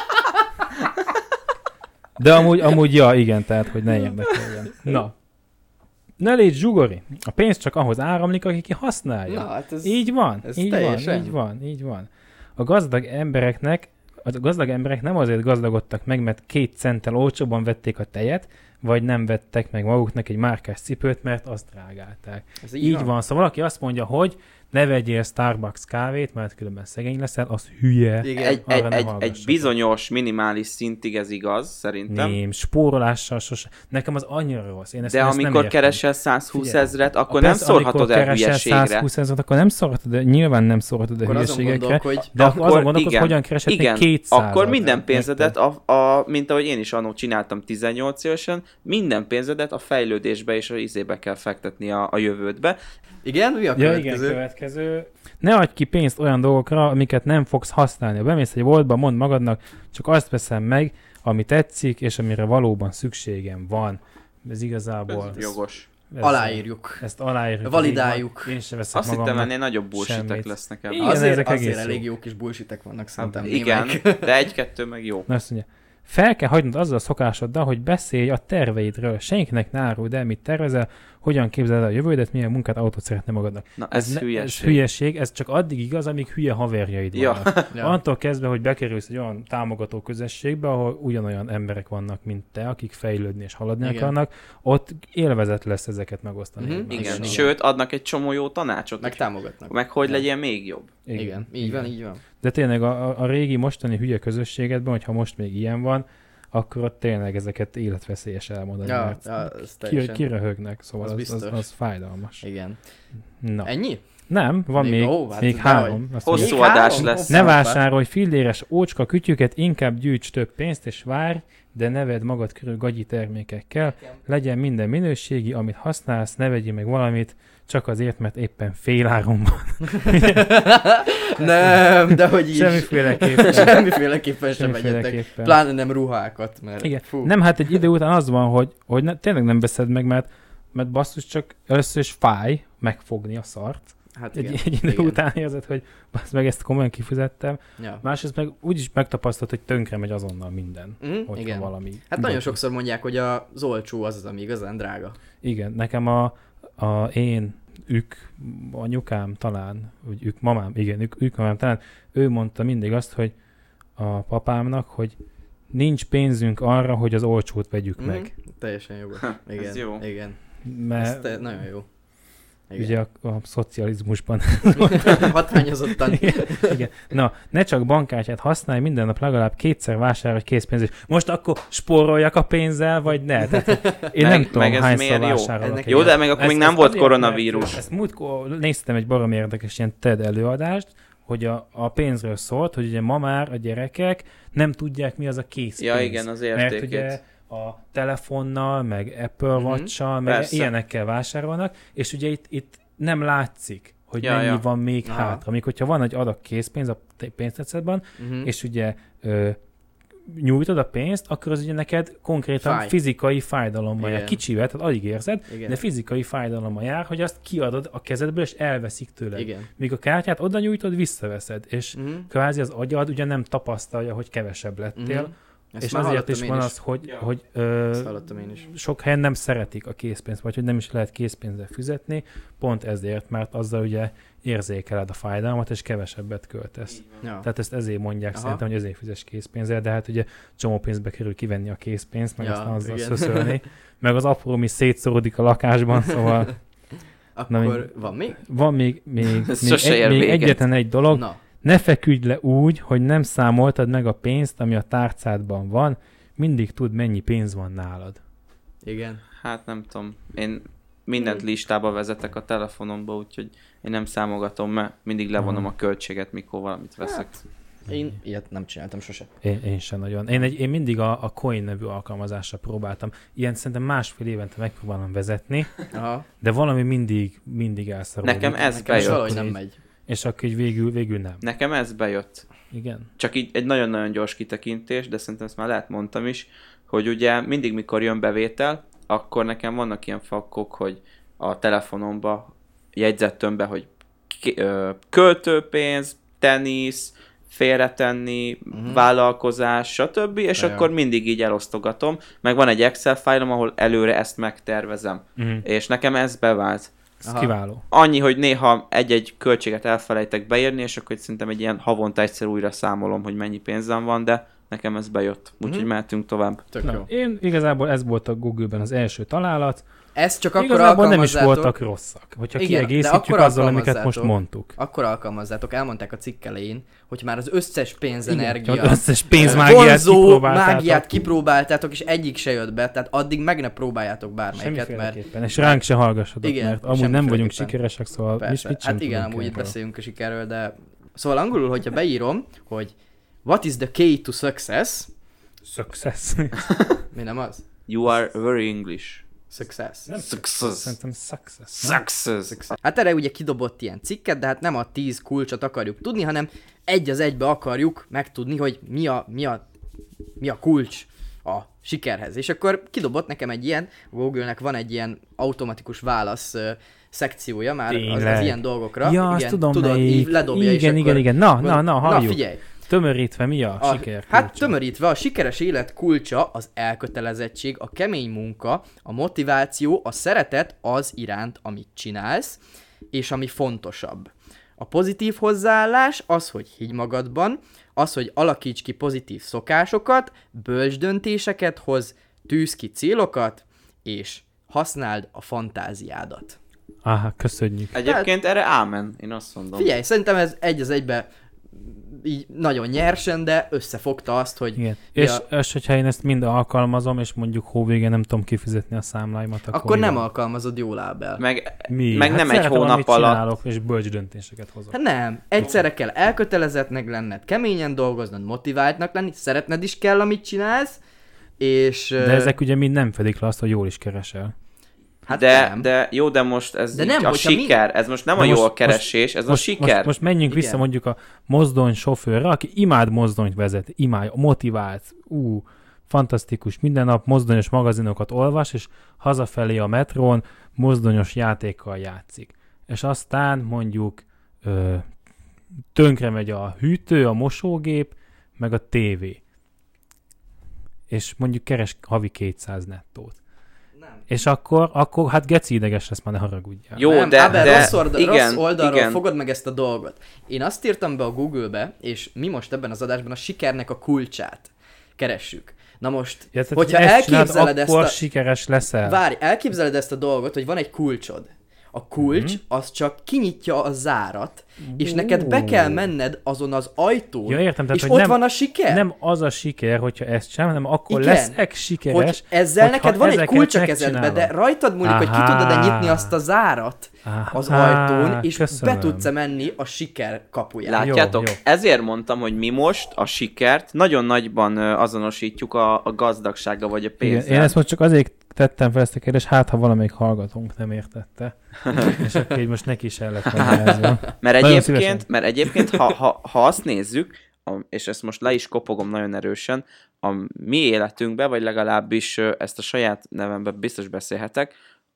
De amúgy, amúgy, ja, igen, tehát, hogy ne érdekeljen. Na. Ne légy zsugori. A pénz csak ahhoz áramlik, aki ki használja. Na, hát ez... Így van, ez így van, teljesen. így van, így van. A gazdag embereknek, a gazdag emberek nem azért gazdagodtak meg, mert két centtel olcsóban vették a tejet, vagy nem vettek meg maguknak egy márkás cipőt, mert azt drágálták. ez Így, így van. van. Szóval valaki azt mondja, hogy ne vegyél Starbucks kávét, mert különben szegény leszel, az hülye. Igen. Egy, Arra egy, ne egy, egy hallgassatok. bizonyos minimális szintig ez igaz, szerintem. Nem, spórolással sose. Nekem az annyira rossz. Én ezt, De én ezt nem amikor értem. keresel százhúsz Figyelj, ezret, akkor a nem persze, szórhatod amikor el keresel hülyeségre. százhúsz ezret, akkor nem szórhatod el, nyilván nem szórhatod el Akkor azon hülyeségekre, gondolkodj, de akkor azon gondolkodsz, igen, hogyan kereshetnél igen, kétszázat. akkor minden pénzedet, Érted? a, a, mint ahogy én is annó csináltam tizennyolc évesen, minden pénzedet a fejlődésbe és a izébe kell fektetni a, a jövődbe. Igen, mi a Ja, következő? igen, következő. Ne adj ki pénzt olyan dolgokra, amiket nem fogsz használni. Ha bemész egy boltba, mondd magadnak, csak azt veszem meg, ami tetszik, és amire valóban szükségem van. Ez igazából... Ez jogos. Ez, Aláírjuk. Ezt aláírjuk. Validáljuk. Én sem veszek Azt hittem, magamnak ennél nagyobb bullshitek semmit. lesznek ebben. Igen, Azért, ezek azért egész elég jó. jó kis bullshitek vannak szerintem. Igen, némelyik. de egy-kettő meg jó. Na azt mondja, fel kell hagynod azzal a szokásoddal, hogy beszélj a terveidről. Senkinek ne áruld el, mit tervezel, hogyan képzeled a jövődet, milyen munkát, autót szeretne magadnak. Na ez, ne- hülyeség. ez hülyeség, ez csak addig igaz, amíg hülye haverjaid Ja. vannak. Ja. Attól kezdve, hogy bekerülsz egy olyan támogató közösségbe, ahol ugyanolyan emberek vannak, mint te, akik fejlődni és haladni Igen. akarnak, ott élvezet lesz ezeket megosztani. Mhm. egymással. Igen, Igen. sőt, adnak egy csomó jó tanácsot, Meg meg, támogatnak. meg hogy Ja. legyen még jobb. Igen. Igen, így van, így van. De tényleg a, a, a régi mostani hülye közösségedben, hogyha most még ilyen van, akkor ott tényleg ezeket életveszélyes elmondani, Ja, mert ja, ez ki, teljesen. kiröhögnek, szóval Az az, az, az, biztos. az fájdalmas. Igen. Na. Ennyi? Nem, van Még- még, ó, még, hát még ez három. Azt Hosszú mondja, Még adás három? lesz. ne Hoppá. vásárolj filléres ócska kütyüket, inkább gyűjts több pénzt és várj, de ne vedd magad körül gagyi termékekkel. Legyen minden minőségi, amit használsz, ne vegyél meg valamit, csak azért, mert éppen féláron van. Nem, de hogy így. Semmiféleképpen. Semmiféleképpen sem vegyetek. Semmiféleképpen. Pláne nem ruhákat, mert Igen. fú. Nem, hát egy idő után az van, hogy, hogy ne, tényleg nem veszed meg, mert, mert basszus csak először is fáj megfogni a szart. Hát Egy, igen. egy idő igen. után érzed, hogy bassz meg ezt komolyan kifizettem. Ja. Másrészt meg úgyis megtapasztalt, hogy tönkre megy azonnal minden. Mhm, Hogyha igen. valami. Hát nagyon botlik. sokszor mondják, hogy az olcsó az az, ami igazán drága. Igen, nekem a, a én ők, anyukám talán, vagy ők mamám, igen, ők, ők mamám talán, ő mondta mindig azt, hogy a papámnak, hogy nincs pénzünk arra, hogy az olcsót vegyük Mhm, meg. Teljesen jogos. Ha, Igen, ez jó. igen. Ez Mert te, nagyon jó. Igen. ugye a, a szocializmusban. Hatványozottan. igen, igen. Na, ne csak bankkártyát használj, minden nap legalább kétszer vásárolj készpénzt. Most akkor spóroljak a pénzzel, vagy ne? Tehát én Meg- nem tudom, meg ez hányszor miért jó? vásárolok. Ennek egy- Jó, de meg akkor Ezt- még nem ezt volt azért, koronavírus. mert Ezt múltkor néztem egy baromi érdekes ilyen TED előadást, hogy a, a pénzről szólt, hogy ugye ma már a gyerekek nem tudják, mi az a készpénz. Ja, igen, az Mert értékét. ugye a telefonnal, meg Apple Mhm, Watch-sal, meg persze. ilyenekkel vásárolnak, és ugye itt, itt nem látszik, hogy Ja, mennyi ja. van még Aha. hátra. Míg hogyha van egy adag készpénz a te- pénztárcádban, Mhm. és ugye ö, nyújtod a pénzt, akkor az ugye neked konkrétan Fáj. fizikai fájdalommal jár. Igen. Kicsivel, tehát alig érzed, Igen. de fizikai fájdalommal jár, hogy azt kiadod a kezedből, és elveszik tőled. Igen. Míg a kártyát oda nyújtod, visszaveszed, és Mhm. kvázi az agyad ugye nem tapasztalja, hogy kevesebb lettél, Mhm. Ezt és már azért hallottam is én van az, hogy, Ja. hogy ö, Ezt hallottam én is. sok helyen nem szeretik a készpénzt, vagy hogy nem is lehet készpénzzel fizetni, pont ezért, mert azzal ugye érzékeled a fájdalmat, és kevesebbet költesz. Ja. Tehát ezt ezért mondják Aha. szerintem, hogy ezért fizes készpénzzel, de hát ugye csomó pénzbe kerül kivenni a készpénzt, meg Ja, aztán azzal igen. szöszölni, meg az apró mi szétszórodik a lakásban, szóval Akkor Na, van még? van még, még, Ez még, sose egy, ér még véget. egyetlen egy dolog, Na. ne feküdj le úgy, hogy nem számoltad meg a pénzt, ami a tárcádban van, mindig tud, mennyi pénz van nálad. Igen. Hát nem tudom. Én mindent listába vezetek a telefonomba, úgyhogy én nem számogatom, mert mindig levonom a költséget, mikor valamit veszek. Hát, én ilyet nem csináltam sose. Én, én sem nagyon. Én, egy, én mindig a, a Coin nevű alkalmazásra próbáltam. Ilyen szerintem másfél évente megpróbálom vezetni, Aha. de valami mindig, mindig elszaródik. Nekem ez Nekem is bejött. valahogy nem megy. És akkor így végül, végül nem. Nekem ez bejött. Igen. Csak így egy nagyon-nagyon gyors kitekintés, de szerintem ezt már lehet mondtam is, hogy ugye mindig, mikor jön bevétel, akkor nekem vannak ilyen fakkok, hogy a telefonomba jegyzettem be, hogy ki- ö, költőpénz, tenisz, félretenni, Mhm. vállalkozás, stb. És Jaj. akkor mindig így elosztogatom. Meg van egy Excel fájlom, ahol előre ezt megtervezem. Uh-huh. És nekem ez bevált. Ez Aha. kiváló. Annyi, hogy néha egy-egy költséget elfelejtek beírni, és akkor szerintem egy ilyen havonta egyszer újra számolom, hogy mennyi pénzem van, de nekem ez bejött, úgyhogy Mhm. mehetünk tovább. Tök Na, jó. én igazából ez volt a Google-ben az első találat. Ez csak akkor Igazából nem is alkalmazzátok. voltak rosszak. Hogyha Igen, de kiegészítjük akkor azzal, amiket most alkalmazzátok. mondtuk. Akkor alkalmazzátok, elmondták a cikk elején, hogy már az összes pénzenergia, Igen, az összes pénzmágiát vonzó kipróbáltátok. mágiát kipróbáltátok, és egyik se jött be, tehát addig meg ne próbáljátok bármelyiket, mert Semmiféleképpen. És ránk se hallgassatok, Igen, mert amúgy nem vagyunk semmiféleképpen. sikeresek, szóval mi, persze, mit sem hát igen, tudunk amúgy itt erről. beszélünk a sikerről, de... Szóval angolul, hogyha beírom, hogy what is the key to success, Success. mi nem az? You are very English. Success. Nem Success. Szerintem success. nem? Success. Hát erre ugye kidobott ilyen cikket, de hát nem a tíz kulcsot akarjuk tudni, hanem egy az egybe akarjuk megtudni, hogy mi a, mi a, mi a kulcs a sikerhez. És akkor kidobott nekem egy ilyen, Google-nek van egy ilyen automatikus válasz ö, szekciója már az, az Tényleg? ilyen dolgokra. Ja, azt igen, tudom tudod, melyik. így ledobja, Igen, és igen, akkor... igen. Na, na, na, halljuk. Na figyelj, Tömörítve mi a, a, siker hát kulcsa? tömörítve a sikeres élet kulcsa az elkötelezettség, a kemény munka, a motiváció, a szeretet az iránt, amit csinálsz, és ami fontosabb. A pozitív hozzáállás az, hogy higgy magadban, az, hogy alakíts ki pozitív szokásokat, bölcs döntéseket hoz, tűz ki célokat, és használd a fantáziádat. Aha, köszönjük. Egyébként erre ámen, én azt mondom. Figyelj, szerintem ez egy az egybe így nagyon nyersen, de összefogta azt, hogy Igen. mi És, a- és hogyha én ezt mind alkalmazom, és mondjuk hóvégén nem tudom kifizetni a számláimat, akkor, akkor mi nem van? alkalmazod jó lábbel. Meg, Mi? meg hát nem egy szeretem, hónap amit alatt. csinálok, és bölcs döntéseket hozok. Hát nem, egyszerre kell elkötelezettnek lenned, keményen dolgoznod, motiváltnak lenni, szeretned is kell, amit csinálsz, és... De ezek ugye mind nem fedik le azt, hogy jól is keresel. hát de, nem. de jó, de most ez De így nem, a hogyha mi- siker, ez most nem De a most- jól most- keresés, ez Most, a siker. most, most menjünk Igen. vissza mondjuk a mozdony sofőrre, aki imád mozdonyt vezet, imád, motivált, ú, fantasztikus, minden nap mozdonyos magazinokat olvas, és hazafelé a metrón mozdonyos játékkal játszik. És aztán mondjuk ö, tönkre megy a hűtő, a mosógép, meg a tévé. És mondjuk keres havi kétszáz nettót. Nem. És akkor, akkor hát geci ideges lesz, már ne haragudjál. Jó, nem, de, Ábel, de rossz, orda, igen, rossz oldalról igen. fogod meg ezt a dolgot. Én azt írtam be a Google-be, és mi most ebben az adásban a sikernek a kulcsát keressük. Na most, Ja, tehát, hogyha hogy ezt csináld, elképzeled ezt akkor a... sikeres leszel. Várj, elképzeled ezt a dolgot, hogy van egy kulcsod. A kulcs Mhm. az csak kinyitja a zárat, és Ó. neked be kell menned azon az ajtón, Ja, értem, tehát, és hogy ott nem, van a siker. nem az a siker, hogyha ezt csinálom, hanem akkor Igen. leszek sikeres. Hogy ezzel hogyha neked van egy ezeket kulcs a kezedbe, de megcsinálom. rajtad múlik, hogy ki Ahá. tudod-e nyitni azt a zárat Aha, az ajtón, és köszönöm. be tudsz-e menni a siker kapuján. Látjátok, Jó, jó. ezért mondtam, hogy mi most a sikert nagyon nagyban ö, azonosítjuk a, a gazdagsággal vagy a Igen, pénzzel. én ezt most csak azért tettem fel ezt a kérdést, hát ha valamelyik hallgatónk nem értette. És akkor így most neki is el lett magyarázva. Mert Nagyon szívesen. egyébként, mert egyébként ha, ha, ha azt nézzük, a, és ezt most le is kopogom nagyon erősen, a mi életünkben, vagy legalábbis ö, ezt a saját nevemben biztos beszélhetek,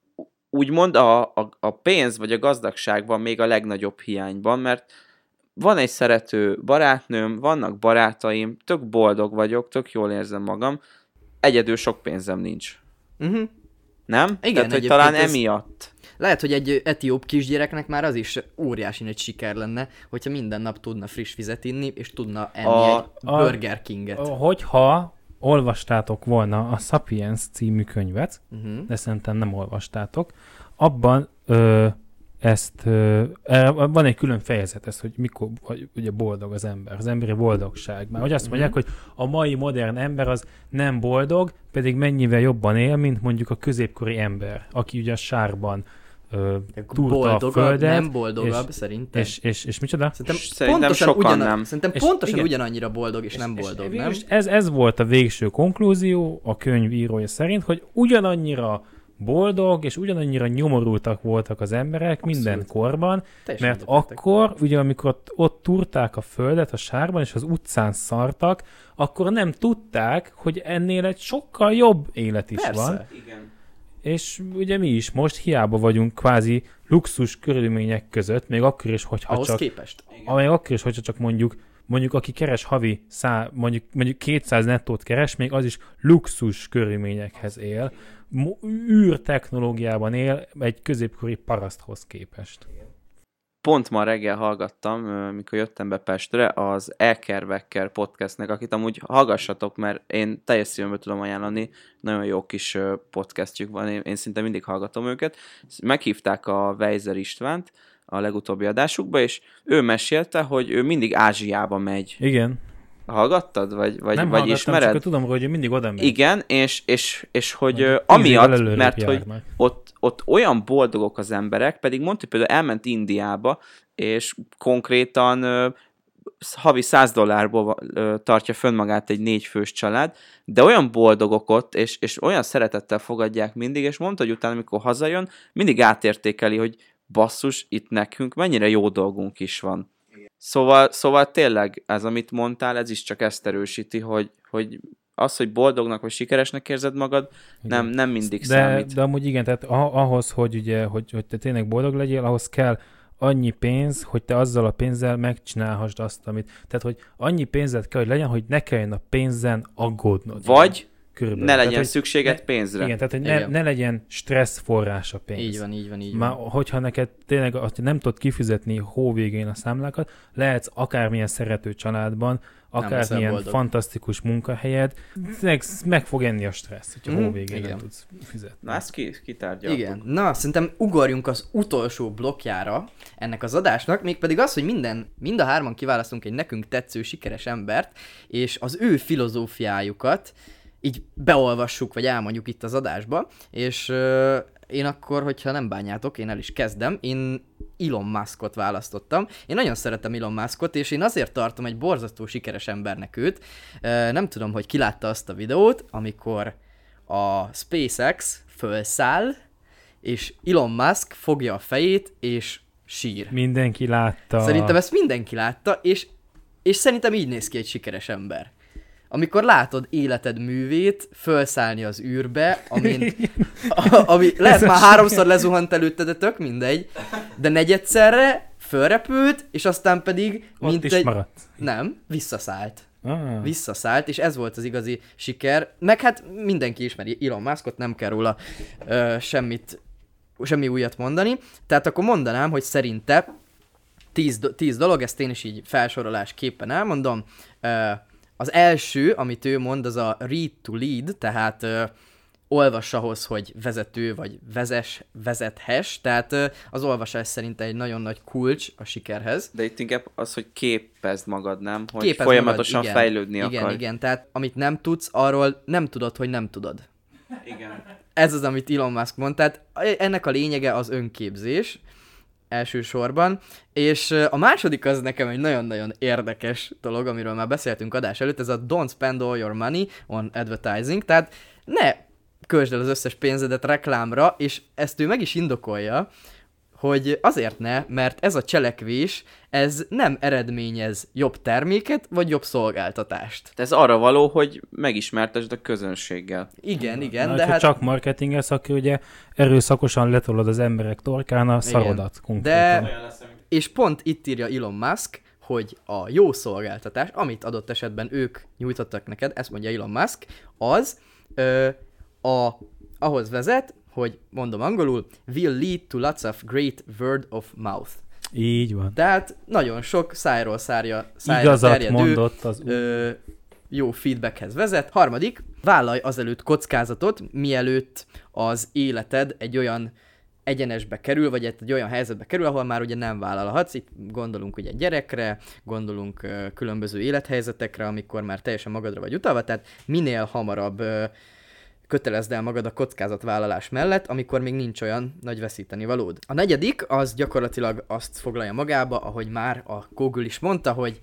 úgymond a, a, a pénz vagy a gazdagság van még a legnagyobb hiányban, mert van egy szerető barátnőm, vannak barátaim, tök boldog vagyok, tök jól érzem magam, egyedül sok pénzem nincs. Uh-huh. Nem? Igen, Tehát, hogy egyébként talán ez- emiatt. Lehet, hogy egy etióp kisgyereknek már az is óriási nagy siker lenne, hogyha minden nap tudna friss vizet inni, és tudna enni A- egy a- Burger Kinget. Hogyha olvastátok volna a Sapiens című könyvet, Uh-huh. de szerintem nem olvastátok, abban ö, ezt, ö, erre van egy külön fejezet, ez, hogy mikor vagy, ugye boldog az ember, az emberi boldogság. Már hogy azt mondják, hogy a mai modern ember az nem boldog, pedig mennyivel jobban él, mint mondjuk a középkori ember, aki ugye a sárban ö, túrta a Boldogabb, földet, nem boldogabb, szerintem. és, és, és micsoda? Szerintem, Szerintem pontosan, sokan ugyana, nem. szerintem És pontosan igen. ugyanannyira boldog, és, és nem boldog, és nem? végülis Ez, ez volt a végső konklúzió a könyv írója szerint, hogy ugyanannyira boldog, és ugyanannyira nyomorultak voltak az emberek minden Abszolút. korban, Teljesen mert egyetértek. akkor, ugye amikor ott, ott turták a földet a sárban, és az utcán szartak, akkor nem tudták, hogy ennél egy sokkal jobb élet is Persze. van. Igen. És ugye mi is most hiába vagyunk kvázi luxus körülmények között, még akkor is, hogyha Ahhoz csak képest. amely akkor is, hogyha csak mondjuk, mondjuk aki keres havi, szá, mondjuk, mondjuk kétszáz nettót keres, még az is luxus körülményekhez él, Mo- űr technológiában él egy középkori paraszthoz képest. pont ma reggel hallgattam, mikor jöttem be Pestre, az Eker-Vekker podcastnek, akit amúgy hallgassatok, mert én teljes szívemből tudom ajánlani, nagyon jó kis podcastjük van, én, én szinte mindig hallgatom őket. Meghívták a Weiser Istvánt a legutóbbi adásukba, és ő mesélte, hogy ő mindig Ázsiába megy. Igen. Hallgattad? Vagy, vagy, Nem vagy ismered? csak tudom, hogy mindig oda megy. Igen, és, és, és hogy Vagy amiatt, mert hogy ott, ott olyan boldogok az emberek, pedig mondta, hogy például elment Indiába, és konkrétan ö, havi száz dollárból ö, tartja fönn magát egy négyfős család, de olyan boldogok ott, és, és olyan szeretettel fogadják mindig, és mondta, hogy utána, amikor hazajön, mindig átértékeli, hogy basszus, itt nekünk mennyire jó dolgunk is van. Szóval, szóval tényleg ez, amit mondtál, ez is csak ezt erősíti, hogy, hogy az, hogy boldognak vagy sikeresnek érzed magad, nem, nem mindig de, számít. De amúgy igen, tehát ahhoz, hogy, ugye, hogy, hogy te tényleg boldog legyél, ahhoz kell annyi pénz, hogy te azzal a pénzzel megcsinálhassd azt, amit... Tehát, hogy annyi pénzed kell, hogy legyen, hogy ne kelljen a pénzen aggódnod. Vagy körülbelül. ne legyen tehát, szükséged ne, pénzre. Igen, tehát hogy ne, ne legyen stressz forrás a pénz. Így van, így van, így Már, van. hogyha neked tényleg azt nem tudod kifizetni hó végén a számlákat, lehetsz akármilyen szerető családban, akármilyen fantasztikus munkahelyed, tényleg meg fog enni a stressz, hogyha mm, hó végén igen. nem tudsz fizetni. Na, ezt ki, kitárgyaltuk. Igen. Na, szerintem ugorjunk az utolsó blokkjára ennek az adásnak, mégpedig az, hogy minden, mind a hárman kiválasztunk egy nekünk tetsző, sikeres embert, és az ő filozófiájukat így beolvassuk, vagy elmondjuk itt az adásba, és euh, én akkor, hogyha nem bánjátok, én el is kezdem. Én Elon Muskot választottam. Én nagyon szeretem Elon Muskot, és én azért tartom egy borzasztó sikeres embernek őt. Euh, nem tudom, hogy ki látta azt a videót, amikor a SpaceX fölszáll, és Elon Musk fogja a fejét, és sír. Mindenki látta. Szerintem ezt mindenki látta, és, és szerintem így néz ki egy sikeres ember. Amikor látod életed művét fölszállni az űrbe, amin, a, ami lehet már háromszor lezuhant előtte, de tök mindegy, de negyedszerre fölrepült, és aztán pedig ott mint is egy... maradt. Nem, visszaszállt. Ah. Visszaszállt, és ez volt az igazi siker. Meg hát mindenki ismeri Elon Muskot, nem kell róla ö, semmit, semmi újat mondani. Tehát akkor mondanám, hogy szerinte tíz, do- tíz dolog, ezt én is így felsorolásképpen elmondom. Ö, Az első, amit ő mond, az a read to lead, tehát ö, olvass ahhoz, hogy vezető vagy vezes, vezethess, tehát ö, az olvasás szerint egy nagyon nagy kulcs a sikerhez. De itt inkább az, hogy képezd magad, nem? Hogy Képezd folyamatosan magad, igen, fejlődni igen, akar. Igen, igen, tehát amit nem tudsz, arról nem tudod, hogy nem tudod. Igen. Ez az, amit Elon Musk mond, tehát ennek a lényege az önképzés elsősorban, és a második az nekem egy nagyon-nagyon érdekes dolog, amiről már beszéltünk adás előtt, ez a don't spend all your money on advertising, tehát ne költsd el az összes pénzedet reklámra, és ezt ő meg is indokolja, hogy azért ne, mert ez a cselekvés, ez nem eredményez jobb terméket, vagy jobb szolgáltatást. Ez arra való, hogy megismertesd a közönséggel. Igen, igen, Na, de hát... csak marketingelsz, akkor ugye erőszakosan letolod az emberek torkán a szarodat konkrétan. De... És pont itt írja Elon Musk, hogy a jó szolgáltatás, amit adott esetben ők nyújtottak neked, ezt mondja Elon Musk, az ö, a, ahhoz vezet, hogy mondom angolul, will lead to lots of great word of mouth. Így van. Tehát nagyon sok szájról szárja, szájra Igazat terjedő mondott az ö, jó feedbackhez vezet. Harmadik, vállalj azelőtt kockázatot, mielőtt az életed egy olyan egyenesbe kerül, vagy egy olyan helyzetbe kerül, ahol már ugye nem vállalhatsz. Itt gondolunk ugye gyerekre, gondolunk ö, különböző élethelyzetekre, amikor már teljesen magadra vagy utalva, tehát minél hamarabb ö, kötelezd el magad a kockázatvállalás mellett, amikor még nincs olyan nagy veszíteni valód. A negyedik, az gyakorlatilag azt foglalja magába, ahogy már a Google is mondta, hogy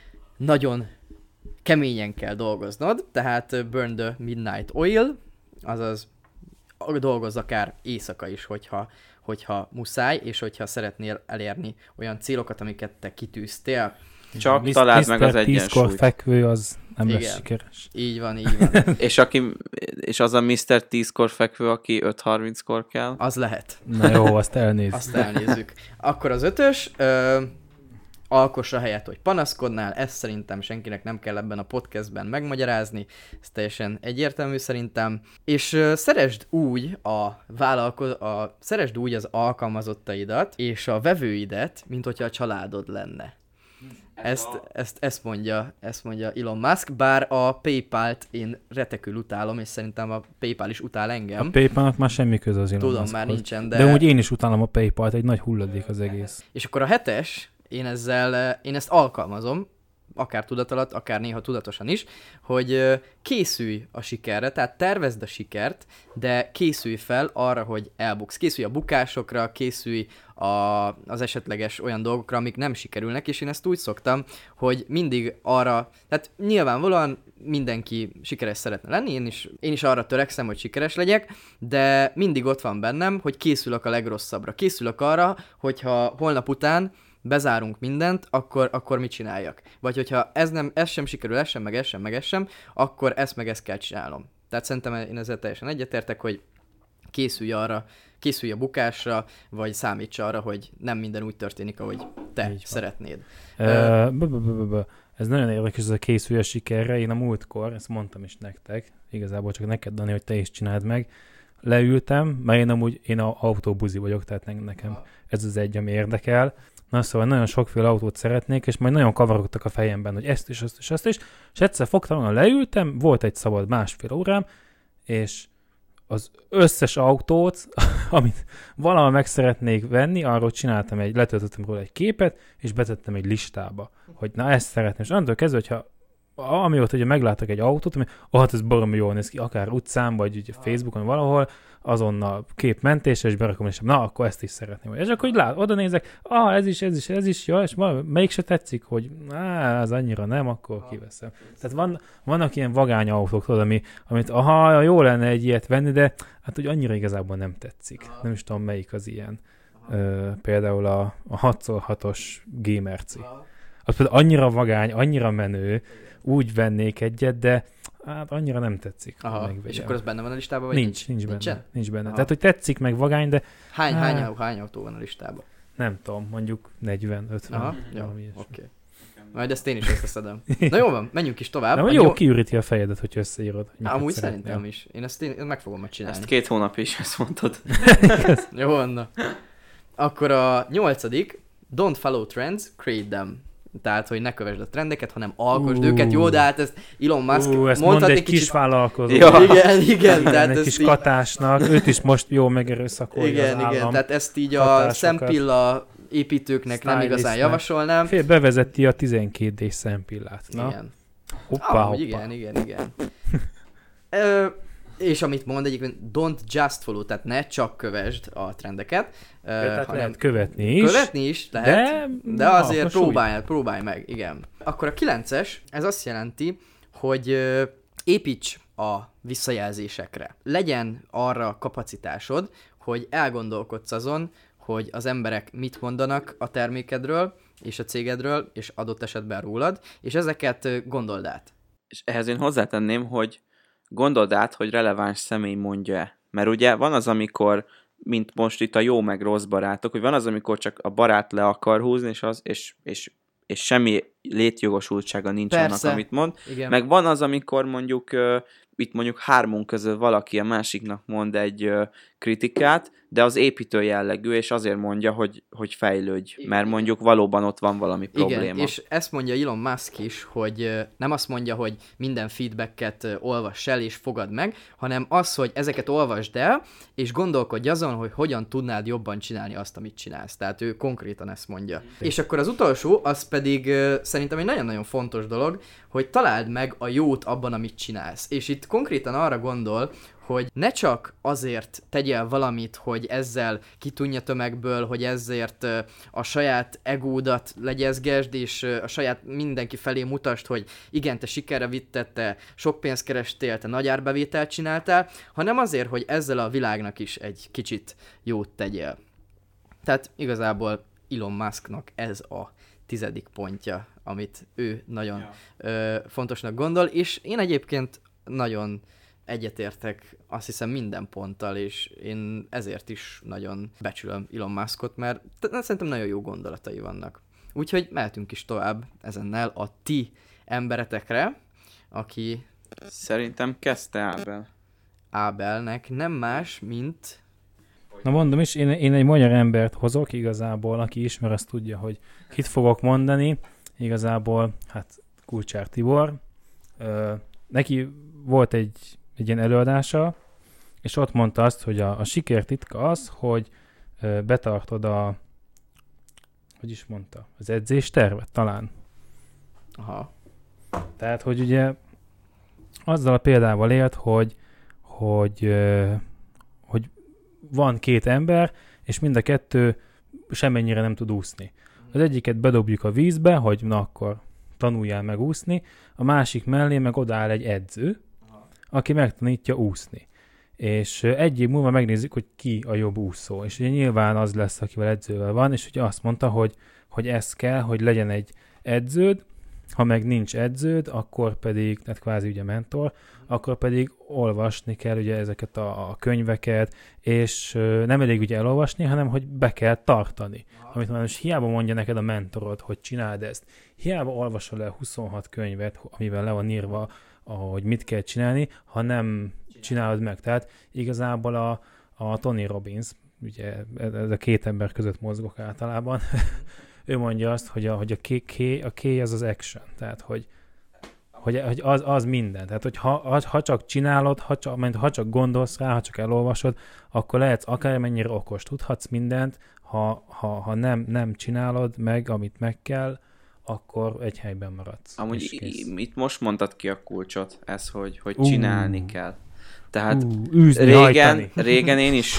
nagyon keményen kell dolgoznod, tehát burn the midnight oil, azaz dolgozz akár éjszaka is, hogyha, hogyha muszáj, és hogyha szeretnél elérni olyan célokat, amiket te kitűztél. Csak Liszt, találd meg az egyensúlyt. tízkor fekvő, az nem Igen. lesz sikeres. Így van, így van. és, aki, és az a miszter tízkor fekvő, aki öt harminckor kell? Az lehet. Na jó, azt elnézzük. Azt elnézzük. Akkor az ötös, ö, alkossa helyett, hogy panaszkodnál, ezt szerintem senkinek nem kell ebben a podcastben megmagyarázni, ez teljesen egyértelmű szerintem, és uh, szeresd úgy a vállalko- a, szeresd úgy az alkalmazottaidat és a vevőidet, mint hogyha a családod lenne. Ezt, ezt, ezt, mondja, ezt mondja Elon Musk, bár a PayPal-t én retekül utálom, és szerintem a PayPal is utál engem. A PayPal-nak már semmi köze az Elon Tudom, Muskhoz. már nincsen, de... De úgy én is utálom a PayPal-t, egy nagy hulladék az egész. És akkor a hetes, én ezzel, én ezt alkalmazom, akár tudat akár néha tudatosan is, hogy készülj a sikerre, tehát tervezd a sikert, de készülj fel arra, hogy elbuksz. Készülj a bukásokra, készülj a, az esetleges olyan dolgokra, amik nem sikerülnek, és én ezt úgy szoktam, hogy mindig arra, tehát nyilvánvalóan mindenki sikeres szeretne lenni, én is, én is arra törekszem, hogy sikeres legyek, de mindig ott van bennem, hogy készülök a legrosszabbra. Készülök arra, hogyha holnap után bezárunk mindent, akkor, akkor mit csináljak? Vagy hogyha ez, nem, ez sem sikerül, ez sem, meg ez sem, meg ez sem, akkor ezt meg ezt kell csinálnom. Tehát szerintem én ezzel teljesen egyetértek, hogy készülj arra, készülj a bukásra, vagy számíts arra, hogy nem minden úgy történik, ahogy te szeretnéd. Ez nagyon érdekes, ez a készülj a sikerre. Én a múltkor, ezt mondtam is nektek, igazából csak neked, Dani, hogy te is csináld meg. Leültem, mert én amúgy én a autóbuzi vagyok, tehát nekem ez az egy, ami érdekel. Na szóval nagyon sokféle autót szeretnék, és majd nagyon kavarogtak a fejemben, hogy ezt is, ezt is, ezt is, és egyszer fogtam, leültem, volt egy szabad másfél órám, és az összes autót, amit valahol meg szeretnék venni, arról csináltam egy, letöltöttem róla egy képet, és betettem egy listába, hogy na ezt szeretném. És annól kezdve, hogyha amióta ugye meglátok egy autót, ami, oh, hát ez baromi jól néz ki, akár utcán, vagy ugye Facebookon valahol, azonnal képmentésre, és berakom, és na, akkor ezt is szeretném. És akkor így lát, oda nézek, ah, ez is, ez is, ez is, jó, és melyik se tetszik, hogy á, az annyira nem, akkor kiveszem. Tehát van, vannak ilyen vagány autók, tudod, ami, amit aha, jó lenne egy ilyet venni, de hát úgy annyira igazából nem tetszik. Nem is tudom, melyik az ilyen. Ö, például a, a hat szor hatos G-merci. Az például annyira vagány, annyira menő, úgy vennék egyet, de hát annyira nem tetszik. Aha, és akkor az benne van a listában? Vagy nincs, nincs, nincs benne. Nincs benne. Aha. Tehát, hogy tetszik meg vagány, de... Hány, hány, hány, hány autó van a listában? Nem tudom, mondjuk negyven, ötven. Aha, jó, oké. Okay. Majd ezt én is összeszedem. Na jó van, menjünk is tovább. Na, jó, jó kiüríti a fejedet, hogy összeírod. Hogy amúgy szeretnél. Szerintem is. Én ezt én, én meg fogom majd csinálni. Ezt két hónap is, ezt mondtad. Jó van, na. Akkor a nyolcadik, don't follow trends, create them. Tehát, hogy ne kövesd a trendeket, hanem alkosd uh, őket. Jó, de hát ezt Elon Musk uh, ezt mondhat egy kicsit... kis vállalkozó. Ja. Igen, igen. Tehát egy kis így... katásnak, őt is most jó megerőszakolja igen, az állam. Igen, tehát ezt így a szempilla építőknek Stylist nem igazán javasolnám. Fél bevezeti a tizenkét dés szempillát. Na? Igen. Hoppá, ah, hoppá. Igen, igen, igen. Ö, és amit mond egyébként, don't just follow, tehát ne csak kövesd a trendeket. Ja, tehát hanem lehet követni is. Követni is lehet, de, de azért próbálj, próbálj meg, igen. Akkor a kilences, ez azt jelenti, hogy ö, építs a visszajelzésekre. Legyen arra kapacitásod, hogy elgondolkodsz azon, hogy az emberek mit mondanak a termékedről, és a cégedről, és adott esetben rólad, és ezeket gondold át. És ehhez én hozzátenném, hogy gondold át, hogy releváns személy mondja-e. Mert ugye van az, amikor, mint most itt a jó meg rossz barátok, hogy van az, amikor csak a barát le akar húzni, és, az, és, és, és semmi létjogosultsága nincs Persze. annak, amit mond. Igen. Meg van az, amikor mondjuk uh, itt mondjuk hármunk közül valaki a másiknak mond egy uh, kritikát, de az építő jellegű, és azért mondja, hogy, hogy fejlődj, mert mondjuk valóban ott van valami probléma. Igen, és ezt mondja Elon Musk is, hogy nem azt mondja, hogy minden feedbacket olvass el és fogad meg, hanem az, hogy ezeket olvasd el, és gondolkodj azon, hogy hogyan tudnád jobban csinálni azt, amit csinálsz. Tehát ő konkrétan ezt mondja. Mm. És akkor az utolsó, az pedig szerintem egy nagyon-nagyon fontos dolog, hogy találd meg a jót abban, amit csinálsz. És itt konkrétan arra gondol, hogy ne csak azért tegyél valamit, hogy ezzel kitűnj a tömegből, hogy ezért a saját egódat legyezgesd, és a saját mindenki felé mutasd, hogy igen, te sikerre vitted, te sok pénzt kerestél, te nagy árbevételt csináltál, hanem azért, hogy ezzel a világnak is egy kicsit jót tegyél. Tehát igazából Elon Musknak ez a tizedik pontja, amit ő nagyon ja. ö, fontosnak gondol, és én egyébként nagyon egyetértek azt hiszem minden ponttal, és én ezért is nagyon becsülöm Elon Muskot, mert szerintem nagyon jó gondolatai vannak. Úgyhogy mehetünk is tovább ezennel a ti emberetekre, aki Szerintem kezdte Ábel. Ábelnek nem más, mint... Na mondom is, én, én egy magyar embert hozok igazából, aki ismer, azt tudja, hogy kit fogok mondani. Igazából, hát Kulcsár Tibor. Ö, neki volt egy, egy ilyen előadása, és ott mondta azt, hogy a, a siker titka az, hogy ö, betartod a, hogy is mondta, az edzéstervet talán. Aha. Tehát, hogy ugye azzal a példával élt, hogy, hogy, ö, hogy van két ember, és mind a kettő semmennyire nem tud úszni. Az egyiket bedobjuk a vízbe, hogy na akkor tanuljál meg úszni, a másik mellé meg odaáll egy edző, aki megtanítja úszni. És egy év múlva megnézzük, hogy ki a jobb úszó. És ugye nyilván az lesz, akivel edzővel van, és ugye azt mondta, hogy, hogy ez kell, hogy legyen egy edződ, ha meg nincs edződ, akkor pedig, tehát kvázi ugye mentor, akkor pedig olvasni kell ugye ezeket a, a könyveket, és ö, nem elég ugye elolvasni, hanem hogy be kell tartani. Aha. Amit már most hiába mondja neked a mentorod, hogy csináld ezt. Hiába olvasol el huszonhat könyvet, amiben le van írva, hogy mit kell csinálni, ha nem csinálod meg. Tehát igazából a, a Tony Robbins, ugye ez a két ember között mozgok általában, ő mondja azt, hogy a, hogy a key, a key az az action, tehát hogy, hogy, hogy az, az minden. Tehát, hogy ha, ha csak csinálod, ha csak, ha csak gondolsz rá, ha csak elolvasod, akkor lehetsz akármennyire okos, tudhatsz mindent, ha, ha, ha nem, nem csinálod meg, amit meg kell, akkor egy helyben maradsz. Amúgy itt most mondtad ki a kulcsot, ez, hogy, hogy uh. csinálni kell. Tehát uh, űzni, régen, régen én is...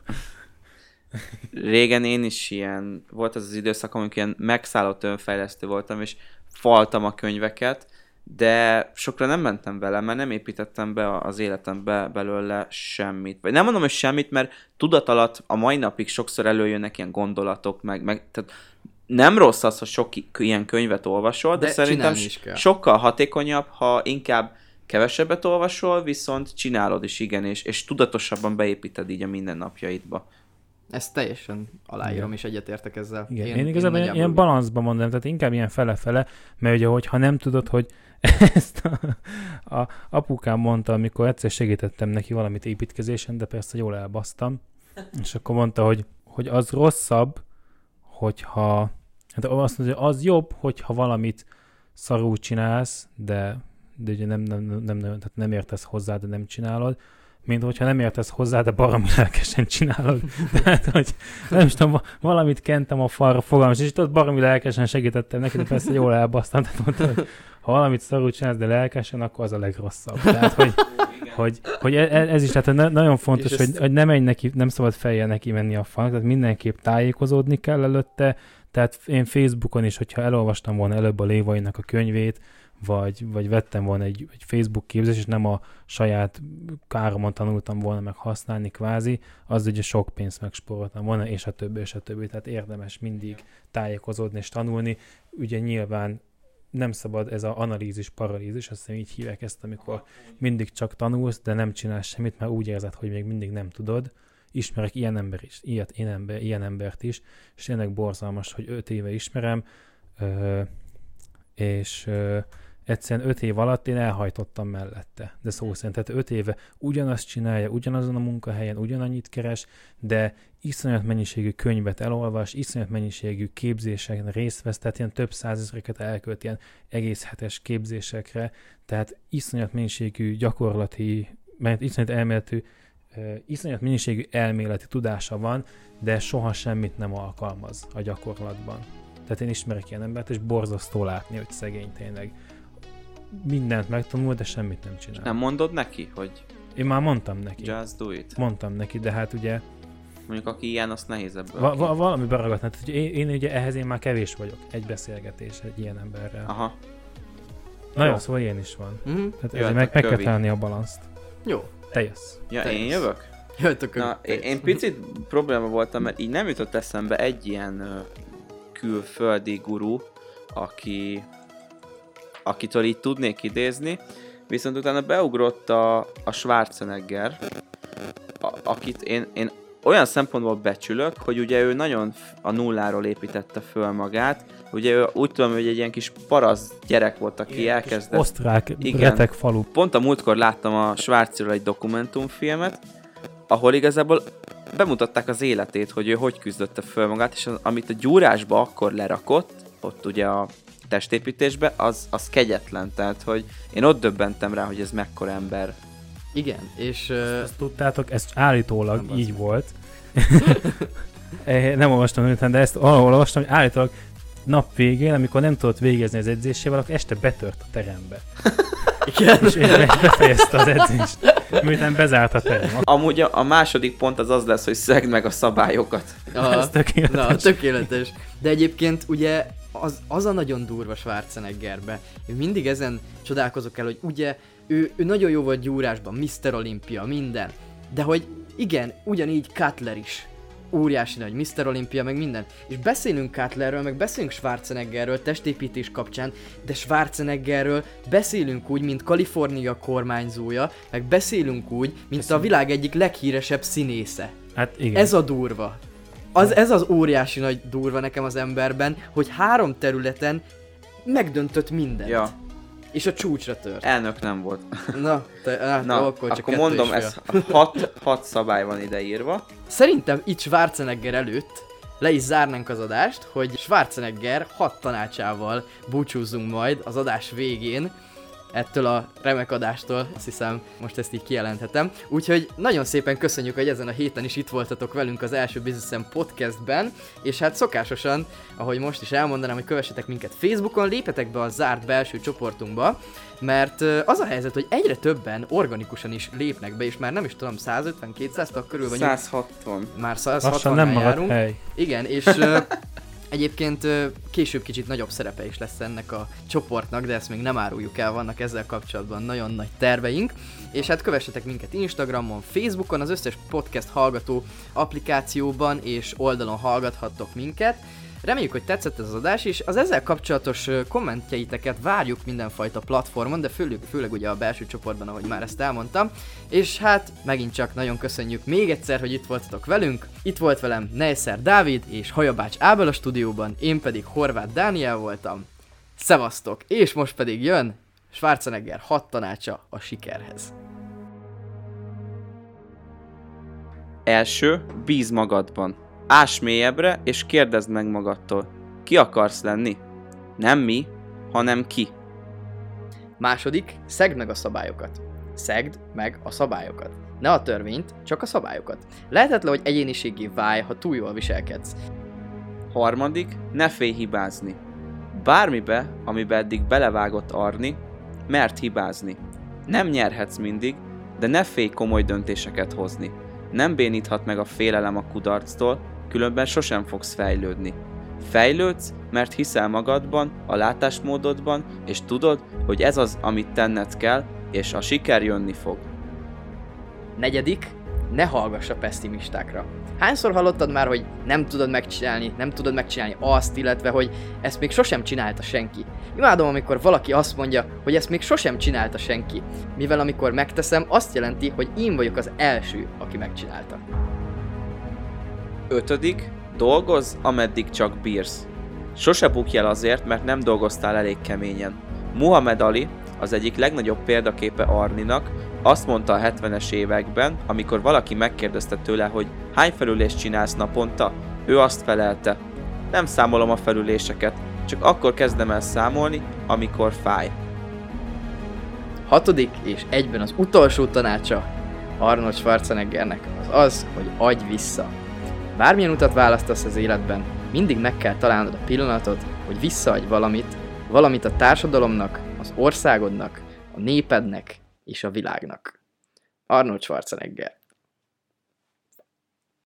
Régen én is ilyen, volt az az időszak, amikor ilyen megszállott önfejlesztő voltam, és faltam a könyveket, de sokra nem mentem vele, mert nem építettem be az életembe belőle semmit. Vagy nem mondom, hogy semmit, mert tudat alatt a mai napig sokszor előjönnek ilyen gondolatok, meg, meg tehát nem rossz az, hogy sok ilyen könyvet olvasol, de, de szerintem sokkal hatékonyabb, ha inkább kevesebbet olvasol, viszont csinálod is, igen, és, és tudatosabban beépíted így a mindennapjaidba. Ezt teljesen aláírom, igen. És egyetértek ezzel. Igen. Én, én igazából én ilyen balanszban mondom, tehát inkább ilyen fele-fele, mert ugye, hogyha nem tudod, hogy ezt a, a apukám mondta, amikor egyszer segítettem neki valamit építkezésen, de persze jól elbasztam, és akkor mondta, hogy, hogy az rosszabb, hogyha, hát azt mondja, hogy az jobb, hogyha valamit szarul csinálsz, de, de ugye nem, nem, nem, nem, tehát nem értesz hozzá, de nem csinálod, mint hogyha nem értesz hozzá, de baromi lelkesen csinálod. Tehát, hogy nem is tudom, valamit kentem a falra, fogalmas, és ott baromi lelkesen segítettem neki, de persze jól elbasztam. Tehát mondta, hogy ha valamit szarul csinálsz, de lelkesen, akkor az a legrosszabb. Tehát, hogy, hogy, hogy ez is tehát nagyon fontos, hogy, hogy nem, menj neki, nem szabad fejjel neki menni a falnak, tehát mindenképp tájékozódni kell előtte. Tehát én Facebookon is, hogyha elolvastam volna előbb a Lévainak a könyvét, vagy, vagy vettem volna egy, egy Facebook képzés, és nem a saját káromon tanultam volna meg használni kvázi, az ugye sok pénzt megspóroltam volna, és a többi, és a többi. Tehát érdemes mindig tájékozódni és tanulni. Ugye nyilván nem szabad ez az analízis, paralízis, azt hiszem így hívják ezt, amikor mindig csak tanulsz, de nem csinálsz semmit, mert úgy érzed, hogy még mindig nem tudod. Ismerek ilyen ember is, ilyet, én ember, ilyen embert is, és tényleg borzalmas, hogy öt éve ismerem, ö, és ö, egyszerűen öt év alatt én elhajtottam mellette. De szó szerint, tehát öt éve ugyanazt csinálja, ugyanazon a munkahelyen, ugyanannyit keres, de iszonyat mennyiségű könyvet elolvas, iszonyat mennyiségű képzéseken részt vesz, tehát ilyen több százezreket elkölt ilyen egész hetes képzésekre, tehát iszonyat mennyiségű gyakorlati, mert iszonyat elméletű, uh, iszonyat mennyiségű elméleti tudása van, de soha semmit nem alkalmaz a gyakorlatban. Tehát én ismerek ilyen embert, és borzasztó látni, hogy szegény tényleg mindent megtanul, de semmit nem csinál. Nem mondod neki, hogy... Én már mondtam neki. Just do it. Mondtam neki, de hát ugye... Mondjuk aki ilyen, azt nehéz ebből. Va- va- valami beragadt. Hát, én, én ugye ehhez én már kevés vagyok. Egy beszélgetés egy ilyen emberrel. Aha. Na jó, szóval ilyen is van. Mm-hmm. Tehát ezért meg, meg kell találni a balanszt. Jó. Te jössz. Ja, Te én jössz. jövök? Jöttök. Na, én, én picit probléma voltam, mert így nem jutott eszembe egy ilyen uh, külföldi guru, aki... akitől így tudnék idézni, viszont utána beugrott a, a Schwarzenegger, a, akit én, én olyan szempontból becsülök, hogy ugye ő nagyon a nulláról építette föl magát. Ugye ő úgy tudom, hogy egy ilyen kis parasz gyerek volt, aki Igen, elkezdett... osztrák retek falu. Pont a múltkor láttam a Schwarziról egy dokumentumfilmet, ahol igazából bemutatták az életét, hogy ő hogy küzdötte föl magát, és az, amit a gyúrásba akkor lerakott, ott ugye a testépítésbe, az, az kegyetlen. Tehát, hogy én ott döbbentem rá, hogy ez mekkora ember. Igen, és... Uh... Ezt tudtátok, ez állítólag nem így az volt. Nem olvastam őt, de ezt ahol olvastam, hogy állítólag nap végén, amikor nem tudott végezni az edzésével, akkor este betört a terembe. Igen. És befejezte az edzést, miután bezárt a terem. Amúgy a, a második pont az az lesz, hogy szegd meg a szabályokat. Aha. Ez tökéletes. Na, tökéletes. De egyébként ugye az, az a nagyon durva Schwarzeneggerbe. Én mindig ezen csodálkozok el, hogy ugye ő, ő nagyon jó volt gyúrásban, miszter Olympia, minden. De hogy igen, ugyanígy Cutler is. Óriási nagy miszter Olympia, meg minden. És beszélünk Cutlerről, meg beszélünk Schwarzeneggerről testépítés kapcsán, de Schwarzeneggerről beszélünk úgy, mint Kalifornia kormányzója, meg beszélünk úgy, mint beszélünk. A világ egyik leghíresebb színésze. Hát igen. Ez a durva. Az, ez az óriási nagy durva nekem az emberben, hogy három területen megdöntött mindent. Ja. És a csúcsra tört. Elnök nem volt. Na, te, á, Na jó, akkor, csak akkor mondom, ez hat, hat szabály van ideírva. Szerintem itt Schwarzenegger előtt le is zárnánk az adást, hogy Schwarzenegger hat tanácsával búcsúzzunk majd az adás végén, ettől a remek adástól, azt hiszem, most ezt így kijelenthetem. Úgyhogy nagyon szépen köszönjük, hogy ezen a héten is itt voltatok velünk az első Business podcastben, és hát szokásosan, ahogy most is elmondanám, hogy kövessetek minket Facebookon, lépjetek be a zárt belső csoportunkba, mert az a helyzet, hogy egyre többen organikusan is lépnek be, és már nem is tudom, száz ötven kétszáz tag körül vagyunk. száz hatvan. Már száz Lassan hatvannál nem marad járunk. hely. Igen, és egyébként később kicsit nagyobb szerepe is lesz ennek a csoportnak, de ezt még nem áruljuk el, vannak ezzel kapcsolatban nagyon nagy terveink. És hát kövessetek minket Instagramon, Facebookon, az összes podcast hallgató applikációban és oldalon hallgathattok minket. Reméljük, hogy tetszett ez az adás, és az ezzel kapcsolatos kommentjeiteket várjuk mindenfajta platformon, de főleg, főleg ugye a belső csoportban, ahogy már ezt elmondtam. És hát megint csak nagyon köszönjük még egyszer, hogy itt voltatok velünk. Itt volt velem Neisser Dávid és Hajabács Ábel a stúdióban, én pedig Horváth Dániel voltam. Szevasztok! És most pedig jön Schwarzenegger hat tanácsa a sikerhez. Első, bíz magadban. Ás mélyebbre, és kérdezd meg magadtól. Ki akarsz lenni? Nem mi, hanem ki. Második, szegd meg a szabályokat. Szegd meg a szabályokat. Ne a törvényt, csak a szabályokat. Lehetetlen, hogy egyéniséggé válj, ha túl jól viselkedsz. Harmadik, ne félj hibázni. Bármibe, amibe eddig belevágott Arni, mert hibázni. Nem nyerhetsz mindig, de ne félj komoly döntéseket hozni. Nem béníthat meg a félelem a kudarctól, különben sosem fogsz fejlődni. Fejlődsz, mert hiszel magadban, a látásmódodban, és tudod, hogy ez az, amit tenned kell, és a siker jönni fog. Negyedik, ne hallgass a pessimistákra. Hányszor hallottad már, hogy nem tudod megcsinálni, nem tudod megcsinálni azt, illetve, hogy ezt még sosem csinálta senki. Imádom, amikor valaki azt mondja, hogy ezt még sosem csinálta senki, mivel amikor megteszem, azt jelenti, hogy én vagyok az első, aki megcsinálta. Ötödik, dolgozz, ameddig csak bírsz. Sose bukj el azért, mert nem dolgoztál elég keményen. Muhammad Ali, az egyik legnagyobb példaképe Arninak, azt mondta a hetvenes években, amikor valaki megkérdezte tőle, hogy hány felülést csinálsz naponta, ő azt felelte: nem számolom a felüléseket, csak akkor kezdem el számolni, amikor fáj. Hatodik és egyben az utolsó tanácsa Arnold Schwarzeneggernek az az, hogy adj vissza. Bármilyen utat választasz az életben, mindig meg kell találnod a pillanatot, hogy visszaadj valamit, valamit a társadalomnak, az országodnak, a népednek és a világnak. Arnold Schwarzenegger.